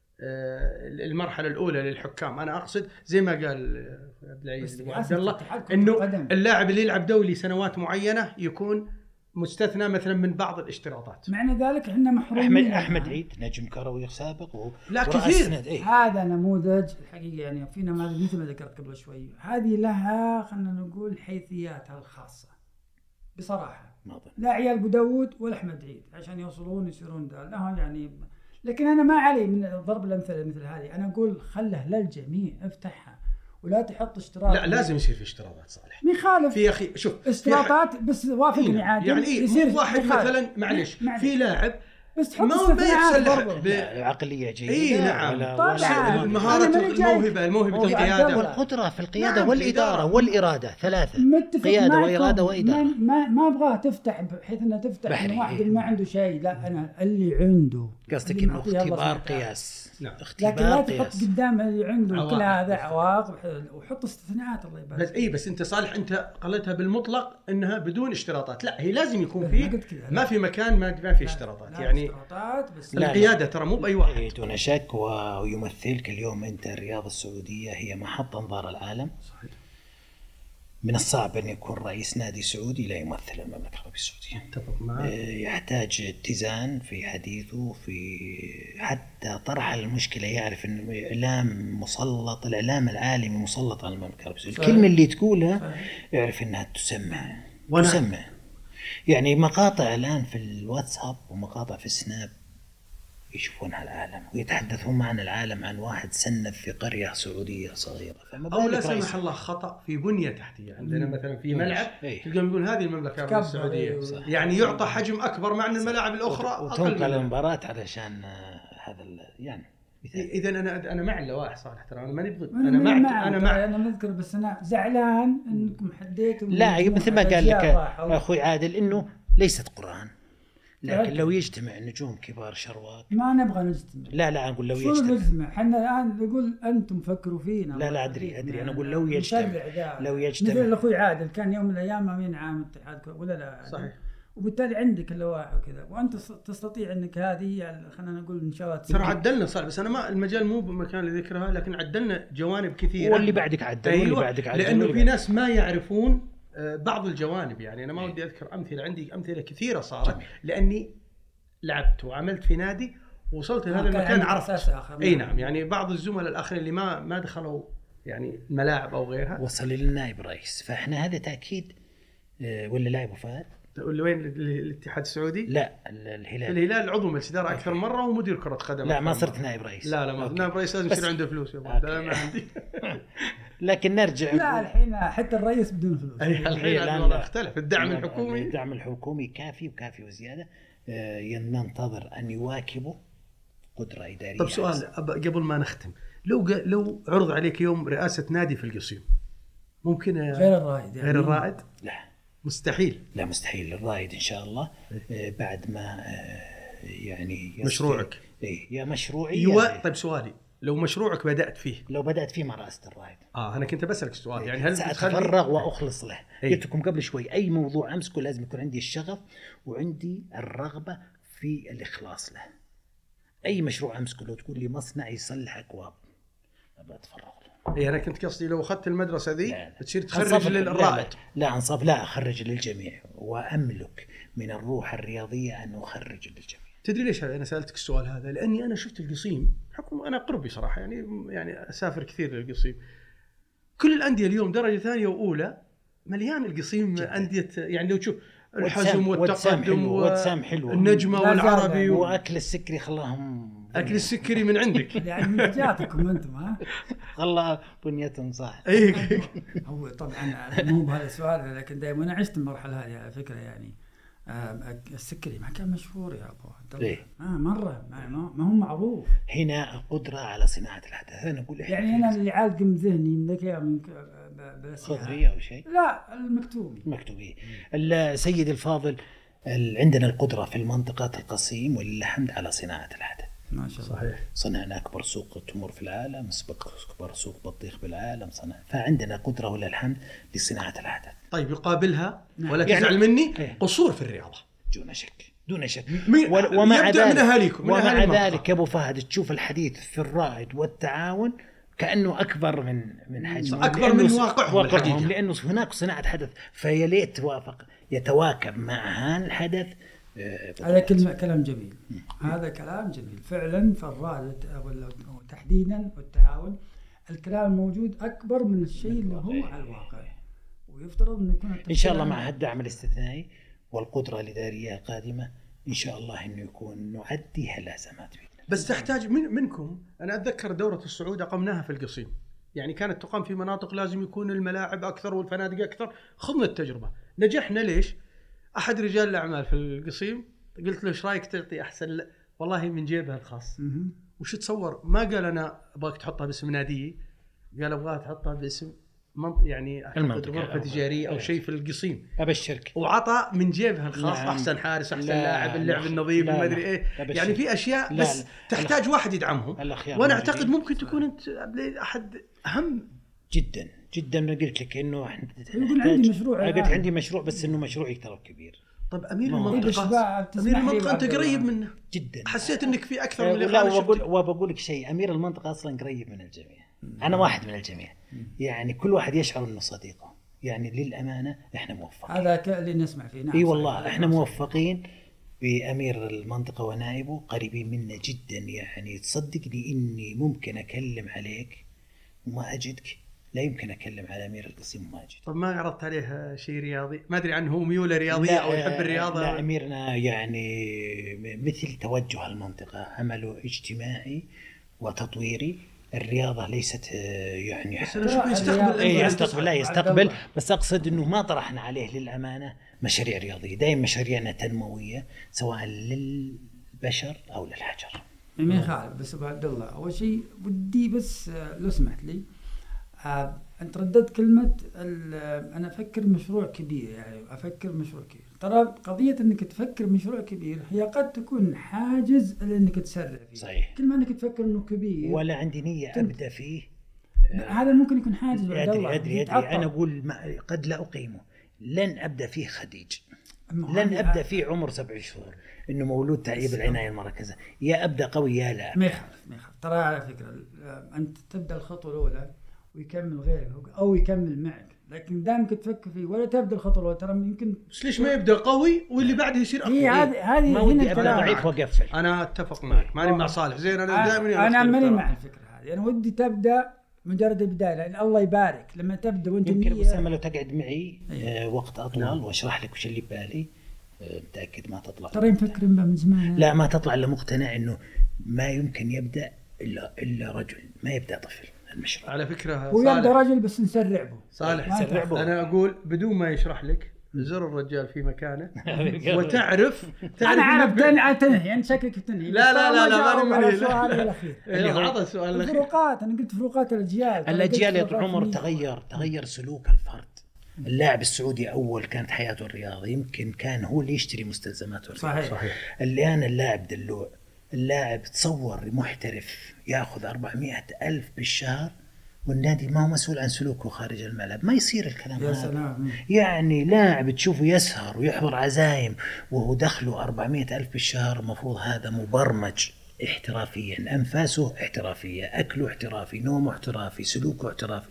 المرحلة الأولى للحكام. أنا أقصد زي ما قال عبد العزيز عبد الله إنه اللاعب اللي يلعب دولي سنوات معينة يكون مستثنى مثلا من بعض الاشتراطات. معنى ذلك احنا محرومين. احمد احمد عيد نجم كروي سابق و... لا كثير. ايه؟ هذا نموذج الحقيقه، يعني في نماذج مثل ما ذكرت قبل شوي، هذه لها خلينا نقول حيثياتها الخاصه بصراحه. ماضي. لا عيال ابو داود ولا احمد عيد عشان يوصلون يصيرون ده لهم يعني، لكن انا ما علي من ضرب الامثله مثل هذه، انا اقول خله للجميع افتحها ولا تحط اشتراط. لا لازم يصير في اشتراطات صالح. مخالف في اخي شوف اشتراطات بس وافقني عادي يعني إيه يصير واحد مثلا معلش في لاعب بس تحط ما بيحصل بعقليه جيده. اي نعم طبعا المهارات الموهبه الموهبه القياده والقدره في القياده نعم والاداره والاراده ثلاثه متفق قياده واراده واداره. ما ما ابغاه تفتح بحيث انه تفتح من واحد اللي ما عنده شيء، لا انا اللي عنده قصدك انه اختبار قياس. نعم. لكن لا تحط قدام اللي عنده كل هذا عواقب وحط استثناءات الله يبارك. بس اي بس انت صالح انت قلتها بالمطلق انها بدون اشتراطات. لا هي لازم يكون في ما في مكان ما ما في اشتراطات يعني اشتراطات بس القياده ترى مو باي واحد دون شك. ويمثلك اليوم انت الرياضه السعوديه هي محط انظار العالم. صحيح. من الصعب أن يكون رئيس نادي سعودي لا يمثل المملكة العربية السعودية. اتفق معك. يحتاج اتزان في حديثه، في حتى طرح المشكلة يعرف أن الإعلام مسلط، الإعلام العالمي مسلط على المملكة العربية السعودية. الكلمة اللي تقولها يعرف أنها تسمع تسمع. يعني مقاطع الآن في الواتساب ومقاطع في السناب يشوفونها العالم ويتحدثون عن العالم عن واحد سنف في قرية سعودية صغيرة. أو لا سمح الله خطأ في بنية تحتية عندنا مثلا في ملعب تلقون يقول هذه المملكة العربية السعودية يعني يعطى حجم أكبر مع أن الملاعب الأخرى وتنقل المباراة علشان هذا يعني. إذا أنا أنا مع اللوائح صالح ترى أنا ماني ضد. أنا مع أنا مع أنا مذكر بس أنا زعلان إنكم حديتوا. لا مثل ما قال لك أخوي عادل إنه ليست قرآن، لكن لو يجتمع نجوم كبار شروات ما نبغى نجتمع. لا لا أقول لو يجتمع. شو نجتمع؟ إحنا الآن نقول أنتم فكروا فينا. لا لا أدري أدري أنا أقول لو يجتمع لو يجتمع مثل الأخوي عادل كان يوم من الأيام أمين عام اتحاد ولا لا. صحيح. وبالتالي عندك اللوائح وكذا وأنت تستطيع إنك هذه يعني خلينا نقول إن شاء الله ترى عدلنا صار بس أنا ما المجال مو بمكان لذكرها لكن عدلنا جوانب كثيرة واللي بعدك عدل واللي بعدك عدل لأنه في ناس ما يعرفون بعض الجوانب. يعني أنا ما ودي أذكر أمثلة عندي أمثلة كثيرة صارت لأني لعبت وعملت في نادي وصلت لهذا المكان عرفت. اي نعم يعني بعض الزملاء الاخرين اللي ما ما دخلوا يعني الملاعب او غيرها وصل للنائب رئيس. فاحنا هذا تاكيد ولا لا ابو فهد اللي وين الاتحاد السعودي؟ لا الهلال. الهلال عضو مجلس إدارة أكثر مرة ومدير كرة قدم. لا ما صرت نائب رئيس. لا لا ما نائب رئيس لازم يصير عنده فلوس يا ابو. لا ما عندي. لكن نرجع. لا الحين حتى الرئيس بدون فلوس. الحين الوضع اختلف. الدعم الحكومي الدعم الحكومي كافي وكافي وزيادة. ننتظر أن يواكبوا قدرة إدارية. طب سؤال قبل ما نختم، لو لو عرض عليك يوم رئاسة نادي في القصيم ممكن؟ غير الرائد يعني. غير الرائد؟ لا مستحيل. لا مستحيل. الرائد إن شاء الله آه بعد ما آه يعني مشروعك. إيه يا مشروعي. يوا... يعني طيب سؤالي، لو مشروعك بدأت فيه لو بدأت فيه مع رئاسة الرائد اه أنا كنت بسألك السؤال يعني هل سأتفرغ وأخلص له. قلت لكم قبل شوي أي موضوع أمسكه لازم يكون عندي الشغف وعندي الرغبة في الإخلاص له. أي مشروع أمسكه لو تقول لي مصنع يصلح أكواب أبغى أتفرغ له. إيه أنا كنت قصدي لو أخذت المدرسة ذي تصير تخرج أنصف للرائد. لا, لا أنصف لا أخرج للجميع وأملك من الروح الرياضية أن أخرج للجميع. تدري ليش أنا سألتك السؤال هذا؟ لأني أنا شفت القصيم حكم أنا قربي صراحة يعني يعني أسافر كثير للقصيم. كل الأندية اليوم درجة ثانية وأولى مليان القصيم أندية يعني لو تشوف الحزم والتقدم والنجمة والعربي وأكل السكري خلاهم أكل السكري من عندك يعني من جاتكم أنتم ها خلا بنيتهم صح. هو طبعا مو بهذا السؤال لكن دائما أنا عشت المرحلة هذه على فكرة يعني السكري ما كان مشهور يا أبو ليه؟ آه مرة ما, ما هو معروف. هنا قدرة على صناعة الحدث. أنا أقول يعني أنا اللي عالقم ذهني من ذكي من خضرية أو شيء. لا المكتوبي. المكتوبي. السيد الفاضل عندنا القدرة في المنطقة القصيم ولله الحمد على صناعة الحدث. ما شاء الله. صحيح. صنعنا أكبر سوق تمر في العالم، أكبر سوق بطيخ بالعالم صنع. فعندنا قدرة ولله الحمد لصناعة الحدث. طيب يقابلها ولا يعني تزعل مني ايه؟ قصور في الرياضة دون شك دون شك. ومع ذلك من أهاليكم ومع ذلك يا أبو فهد تشوف الحديث في الرائد والتعاون كأنه أكبر من من حجم أكبر من واقعهم الحقيقي لأنه هناك صناعة حدث فيليت توافق يتواكب مع هذا الحدث. هذا كلمة كلام جميل. هذا كلام جميل فعلا. فالرائد تحديدا والتعاون الكلام الموجود أكبر من الشيء اللي هو على الواقع ويفترض أن يكون إن شاء الله مع الدعم الاستثنائي والقدرة الإدارية القادمة إن شاء الله إنه يكون نعدي هالأزمات. بس تحتاج من منكم. أنا أتذكر دورة الصعود أقمناها في القصيم يعني كانت تقام في مناطق لازم يكون الملاعب أكثر والفنادق أكثر. خضنا التجربة نجحنا. ليش؟ أحد رجال الأعمال في القصيم قلت له إيش رأيك تعطي أحسن ل... والله من جيبها الخاص. وش تصور ما قال أنا أبغاك تحطها باسم نادي قال أبغاك تحطها باسم منط... يعني غرفة تجارية أو شيء في القصيم. أبشرك. وعطى من جيبها الخاص. لا. أحسن حارس أحسن لاعب اللعب النظيف ما أدري إيه أبشرك. يعني في أشياء لا. بس لا. تحتاج لا. واحد يدعمهم. وأنا أعتقد ممكن تكون أنت أحد أهم جدا جدا. ما قلت لك إنه إحنا عندي مشروع. قلت عندي مشروع بس إنه مشروعي ترى كبير. طب أمير المنطقة أمير المنطقة أنت قريب منه جدا. حسيت إنك في أكثر من اللي لا وبقول وبقول لك شيء أمير المنطقة أصلا قريب من الجميع. أنا واحد من الجميع يعني كل واحد يشعر إنه صديقه يعني للأمانة إحنا موفقين. هذا اللي نسمع فيه. نعم إي والله إحنا موفقين بأمير المنطقة ونائبه قريبين منا جدا يعني تصدقني إني ممكن أكلم عليك وما أجدك. لا يمكن أكلم على أمير القصيم وما أجد. طب ما عرضت عليه شيء رياضي ما أدري عنه ميولة رياضية أو يحب الرياضة؟ لا أميرنا يعني مثل توجه المنطقة عمله اجتماعي وتطويري. الرياضة ليست يعني يستقبل إيه يستقبل لا يستقبل بس أقصد إنه ما طرحنا عليه للأمانة مشاريع رياضية. دائما مشاريعنا تنموية سواء للبشر أو للحجر. ما يخالف. بس أبو عبد الله أول شيء بدي بس لو سمحت لي آه، أنت رددت كلمة أنا أفكر مشروع كبير يعني أفكر مشروع كبير. ترى قضية أنك تفكر مشروع كبير هي قد تكون حاجز لأنك تسرع فيه. صحيح. كل ما أنك تفكر أنه كبير ولا عندي نية أبدأ فيه هذا ممكن يكون حاجز. أدري أدري, أدري أنا أقول ما قد لا أقيمه. لن أبدأ فيه خديج. لن أبدأ فيه عمر سبع شهور إنه مولود تعيب العناية المركزة. يا أبدأ قوي يا لا. ما يخالف ما يخالف. ترى على فكرة أنت تبدأ الخطوة الأولى ويكمل غيرك أو يكمل معك لكن دائما تفكر فيه ولا تبدأ الخطوة الأولى. ترى يمكن ليش ما يبدأ قوي واللي بعده يصير أقوى. هذه هذه ما ودي أبدأ ضعيف وأقفل. أنا أتفق معك ماني مع صالح زين. أنا دائما أنا ماني مع الفكرة هذه. أنا ودي تبدأ مجرد البداية لأن الله يبارك لما تبدأ وأنت يمكن أسامة لو تقعد معي آه وقت أطول نعم. وأشرح لك وش اللي بالي متأكد ما تطلع. ترى مفكر من زمان. لا ما تطلع إلا مقتنع إنه ما يمكن يبدأ إلا إلا رجل، ما يبدأ طفل المشروع. على فكرة ويبدأ رجل بس نسرع به. صالح نسرع به. أنا أقول بدون ما يشرح لك، زر الرجال في مكانه وتعرف تعرف أنا عارف تنهي تنهي يعني شكلك تنهي. لا لا لا لا ما أنا السؤال الأخير. اللي هذا السؤال الأخير. الفروقات، أنا قلت فروقات الأجيال. الأجيال يا عمر تغير تغير سلوك الفرد. اللاعب السعودي أول كانت حياته الرياضة، يمكن كان هو اللي يشتري مستلزماته. صحيح. صحيح. الآن اللاعب دلوع، اللاعب تصور محترف يأخذ أربعمائة ألف بالشهر والنادي ما هو مسؤول عن سلوكه خارج الملعب. ما يصير الكلام هذا. يعني لاعب تشوفه يسهر ويحضر عزايم وهو دخله أربعمائة ألف بالشهر، المفروض هذا مبرمج احترافيا، أنفاسه احترافية، أكله احترافي، نومه احترافي، سلوكه احترافي.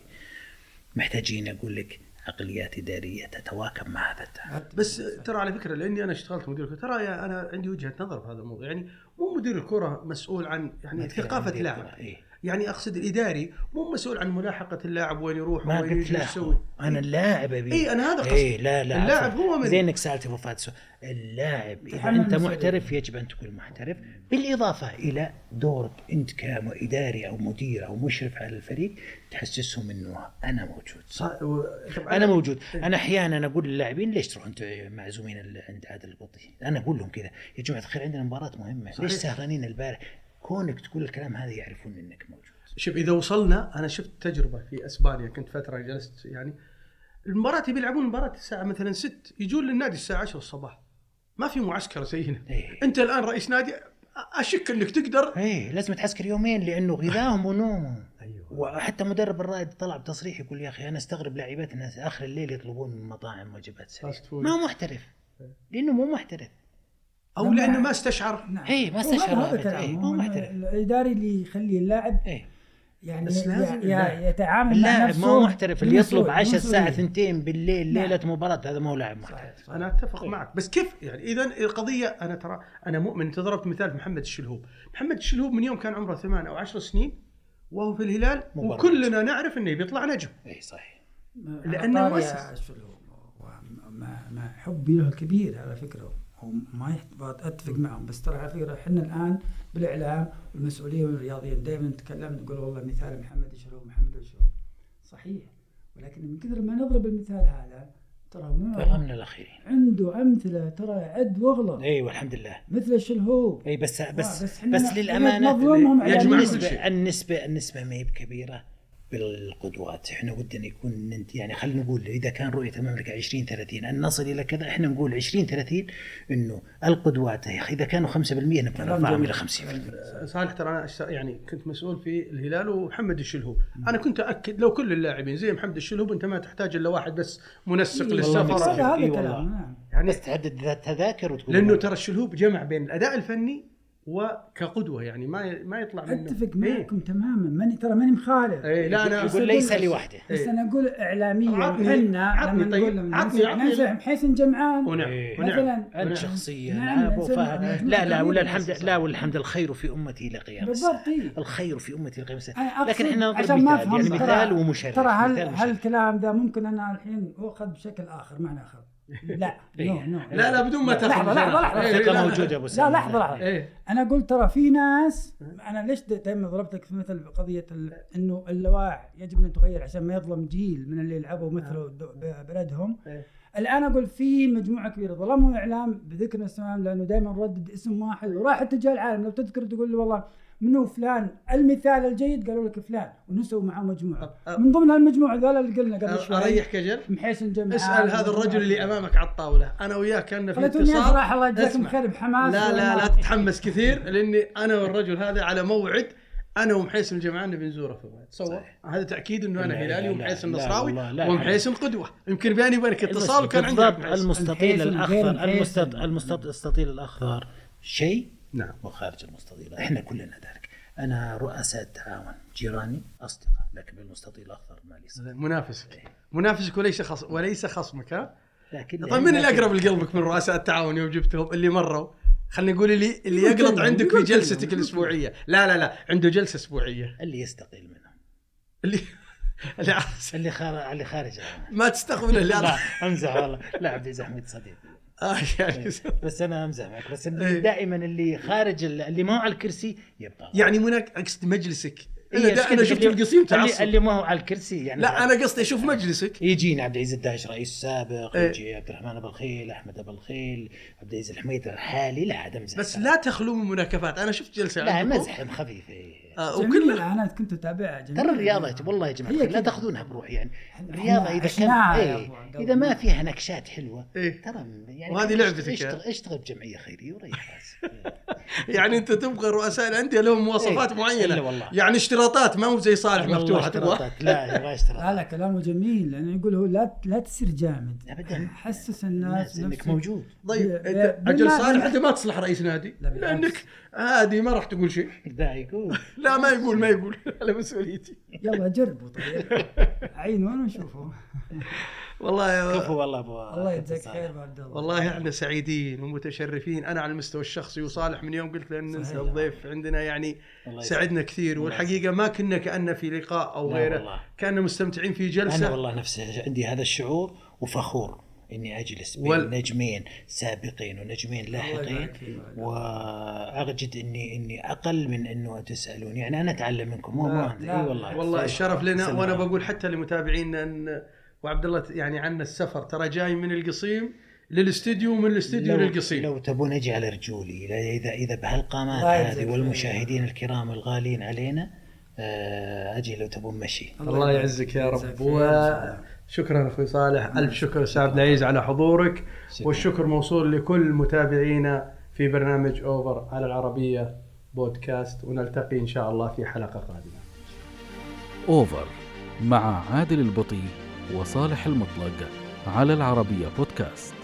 محتاجين أقول لك عقليات إدارية تتواكب مع هذا التعب. بس ترى على فكرة لأني أنا اشتغلت مدير الكرة، ترى أنا عندي وجهة نظر في هذا الموضوع. يعني مو مدير الكرة مسؤول عن يعني ثقافة اللاعب، إيه؟ يعني أقصد الإداري مو مسؤول عن ملاحقة اللاعب وين يروح ما وين قلت له يسوي. أنا اللاعب أبي. إيه أنا هذا قصدي. إيه لا لا اللاعب هو من زينك سألت أبو فهد سؤال. اللاعب إذا أنت محترف يجب أن تكون محترف، بالإضافة إلى دورك أنت كإداري أو مدير أو مشرف على الفريق تحسسهم إنه أنا موجود. صح. و... أنا موجود. أنا أحيانا أقول للاعبين ليش تروحوا أنتم معزومين عند عادل البطي؟ أنا أقول لهم كذا يا جماعة الخير عندنا مباراة مهمة. صحيح. ليش سهرانين البارح؟ كونك تقول الكلام هذا يعرفون إنك موجود. شوف إذا وصلنا، أنا شفت تجربة في أسبانيا، كنت فترة جلست يعني المباراة بيلعبون مباراة الساعة مثلا ست، يجون للنادي الساعة عشرة الصباح، ما في معسكر زينا. إيه. أنت الآن رئيس نادي، أشك أنك تقدر. إيه لازم تحسكر يومين لأنه غذاهم ونومهم. أيوة. وحتى مدرب الرائد طلع بتصريح يقول يا أخي أنا استغرب لاعباتنا آخر الليل يطلبون من مطاعم وجبات سريعة. ما هو محترف، لأنه مو محترف أو لأنه ما استشعر. نعم. إيه ما استشعر. إيه مو محترف. الإداري اللي يخلي اللاعب إيه يعني بس لازم يتعامل اللاعب مع نفسه. ما هو محترف اللي يطلب عشاء الساعة ثنتين بالليل ليلة مباراة، هذا ما هو لاعب محترف. أنا أتفق معك، بس كيف يعني إذا القضية؟ أنا ترى أنا مؤمن. أنت ضربت مثال محمد الشلهوب. محمد الشلهوب من يوم كان عمره ثمان أو عشر سنين وهو في الهلال مبارك. وكلنا نعرف إنه بيطلع نجم. إيه صحيح. لأنه مؤسس. ما ما حبي له كبير على فكرة، وما يحتاج أتفق معهم، بس ترى على فكرة إحنا الآن بالإعلام والمسؤولين والرياضيين دائما نتكلم نقول والله مثال محمد الشلهوب محمد الشلهوب صحيح، ولكن من كثر ما نضرب المثال هذا ترى مو من الأخيرين عنده أمثلة ترى عد واغلط. أي والحمد لله مثل الشلهوب. أي بس بس بس, بس للأمانة النسبة النسبة النسبة ما هي بكبيرة بالقدوات. احنا ودنا يكون يعني خلينا نقول اذا كان رؤيه المملكه عشرين ثلاثين ان نصل الى كذا، احنا نقول عشرين ثلاثين انه القدوات يا اخي اذا كانوا خمسة بالمئة نبغى نرفعهم الى خمسين بالمئة. صالح ترى انا يعني كنت مسؤول في الهلال ومحمد الشلهوب، انا كنت اكد لو كل اللاعبين زي محمد الشلهوب انت ما تحتاج الا واحد بس منسق إيه للسفر. هذا إيه كلام يعني بس تحدد ذات تذاكر وتقول لانه ترى الشلهوب جمع بين الاداء الفني وكقدوة، يعني ما ما يطلع منه. اتفق معكم إيه؟ تماما، ماني ترى ماني مخالف. إيه لا انا اقول ليس لوحده، بس إيه؟ انا اقول اعلاميا احنا لما نقول لهم ننصح محسن جمعان مثلا انت شخصيا ابو فهد لا لا ولا الحمد لا والحمد الخير في امتي الى قيام الساعه. الخير في امتي الى قيام الساعه، لكن احنا نضرب مثال يعني مثال ومشرف. ترى هل هل الكلام ده ممكن انا الحين اخذ بشكل اخر معنى اخر؟ لا نو نو لا لا بدون ما تاخذ. لحظه لحظه لحظه الثقه موجوده ابو لا لحظه لحظه انا قلت ترى في ناس، انا ليش دائما ضربتك في مثل قضيه انه اللوائح يجب ان تغير عشان ما يظلم جيل من اللي يلعبوا مثل بلدهم. الان اقول في مجموعه كبيره ظلموا الاعلام بذكر اسمهم لانه دائما ردد اسم واحد وراح اتجاه العالم. لو تذكر تقول له والله منو فلان المثال الجيد، قالوا لك فلان ونسوا معه مجموعه من ضمن هالمجموعه ذولا اللي قلنا قبل شوي. اريحك اجل محيسن جمعان، اسال هذا الرجل اللي امامك على الطاوله، انا وياه كنا في اتصال. راح الله يجزاكم خير بحماس. لا لا لا تتحمس كثير لاني انا والرجل هذا على موعد، انا ومحيسن الجمعان نبي نزوره في الوقت. تصور هذا تاكيد انه انا هلالي ومحيسن النصراوي ومحيسن قدوه. يمكن بيني وبينك اتصال وكان عندي المستطيل الاخضر المستطيل الاخضر شيء نعم وخارج المستطيل احنا كلنا ذلك. انا رؤساء التعاون جيراني اصدقاء، لكن بالمستطيل الاخضر مالي صديق. منافسك منافسك وليس خصم وليس خصمك. ها لكن طيب من اللي اقرب لقلبك من رؤساء التعاون يوم جبتهم اللي مروا؟ خليني نقول اللي اللي يقلط عندك في جلستك الاسبوعيه. لا لا لا عنده جلسه اسبوعيه. اللي يستقيل منهم اللي اللي اللي خارج اللي خارج ما تستقبل اللي لا امزح والله. لا عبد العزيز حميد صديق آه يعني بس انا امزح معك، بس اللي دائما اللي خارج اللي ما هو على الكرسي يبقى يعني منك أقصد مجلسك. إيه انا, دا أنا شفت القصيم تعصب اللي, اللي ما هو على الكرسي يعني. لا انا قصدي اشوف مجلسك. يجينا عبد العزيز الداعش رئيس السابق، إيه. يجي عبد الرحمن ابو الخيل، احمد ابو الخيل، عبد العزيز الحميد الحالي. لا هذا مزح بس لا تخلو من مناكفات. انا شفت جلسه لا عندكم مزح خفيف. إيه. آه وكل وكل الاعلانات كنت اتابعها. ترى الرياضه والله يا جماعه هي لا كده. تاخذونها بروح يعني. الرياضه اذا كان عشناها يا إيه أبو عبد الله. اذا ما فيها نكشات حلوه إيه. ترى يعني وهذه لعبتك اشتغل, يعني. اشتغل بجمعيه خيريه وريح راسك. يعني انت تبغى رؤساء الانديه لهم مواصفات إيه. معينه إلا والله. يعني اشتراطات، ما هو زي صالح والله مفتوحه تبغى. اشتراطات. لا يبغى اشتراطات. لا لا كلامه جميل، لانه يقول هو لا لا تصير جامد ابدا حسس الناس الناس انك بنفسك. موجود. طيب ب- انت ب- اجل بالله- صالح انت ما تصلح رئيس نادي لا بالعكس. لانك عادي ما راح تقول شيء. دا يقول لا ما يقول ما يقول على مسؤوليتي. يلا جربوا طيب عينون ونشوفوا. والله يا كفو والله ابو الله يجزاك خير ابو عبد الله. والله احنا سعيدين ومتشرفين. انا على المستوى الشخصي وصالح من يوم قلت له ننسى صحيح. الضيف عندنا يعني الله سعدنا كثير. الله والحقيقه ما كنا كأننا في لقاء او لا غيره، والله. كنا مستمتعين في انا جلسه. والله نفسي عندي هذا الشعور وفخور اني اجلس بين وال- نجمين سابقين ونجمين لاحقين، يبارك فيك. واجد اني اني اقل من انه تسالون. يعني انا اتعلم منكم مو لا، مو لا. اي والله والله الشرف لنا. سلام. وانا بقول حتى لمتابعينا ان وعبد الله يعني عنا السفر ترى جاي من القصيم للاستديو ومن الاستديو لو, للقصيم. لو تبون اجي على رجولي إذا- اذا اذا بهالقامات الله يجزاك هذه خير. والمشاهدين الكرام الغالين علينا آه، اجي لو تبون مشي. الله يعزك يا يجزاك رب. خير إن شاء الله. وشكرا اخوي صالح، الف شكر استاذ عبد العزيز على حضورك. شكراً. والشكر موصول لكل متابعينا في برنامج اوفر على العربيه بودكاست، ونلتقي ان شاء الله في حلقه قادمه. أوفر مع عادل البطي وصالح المطلق على العربية بودكاست.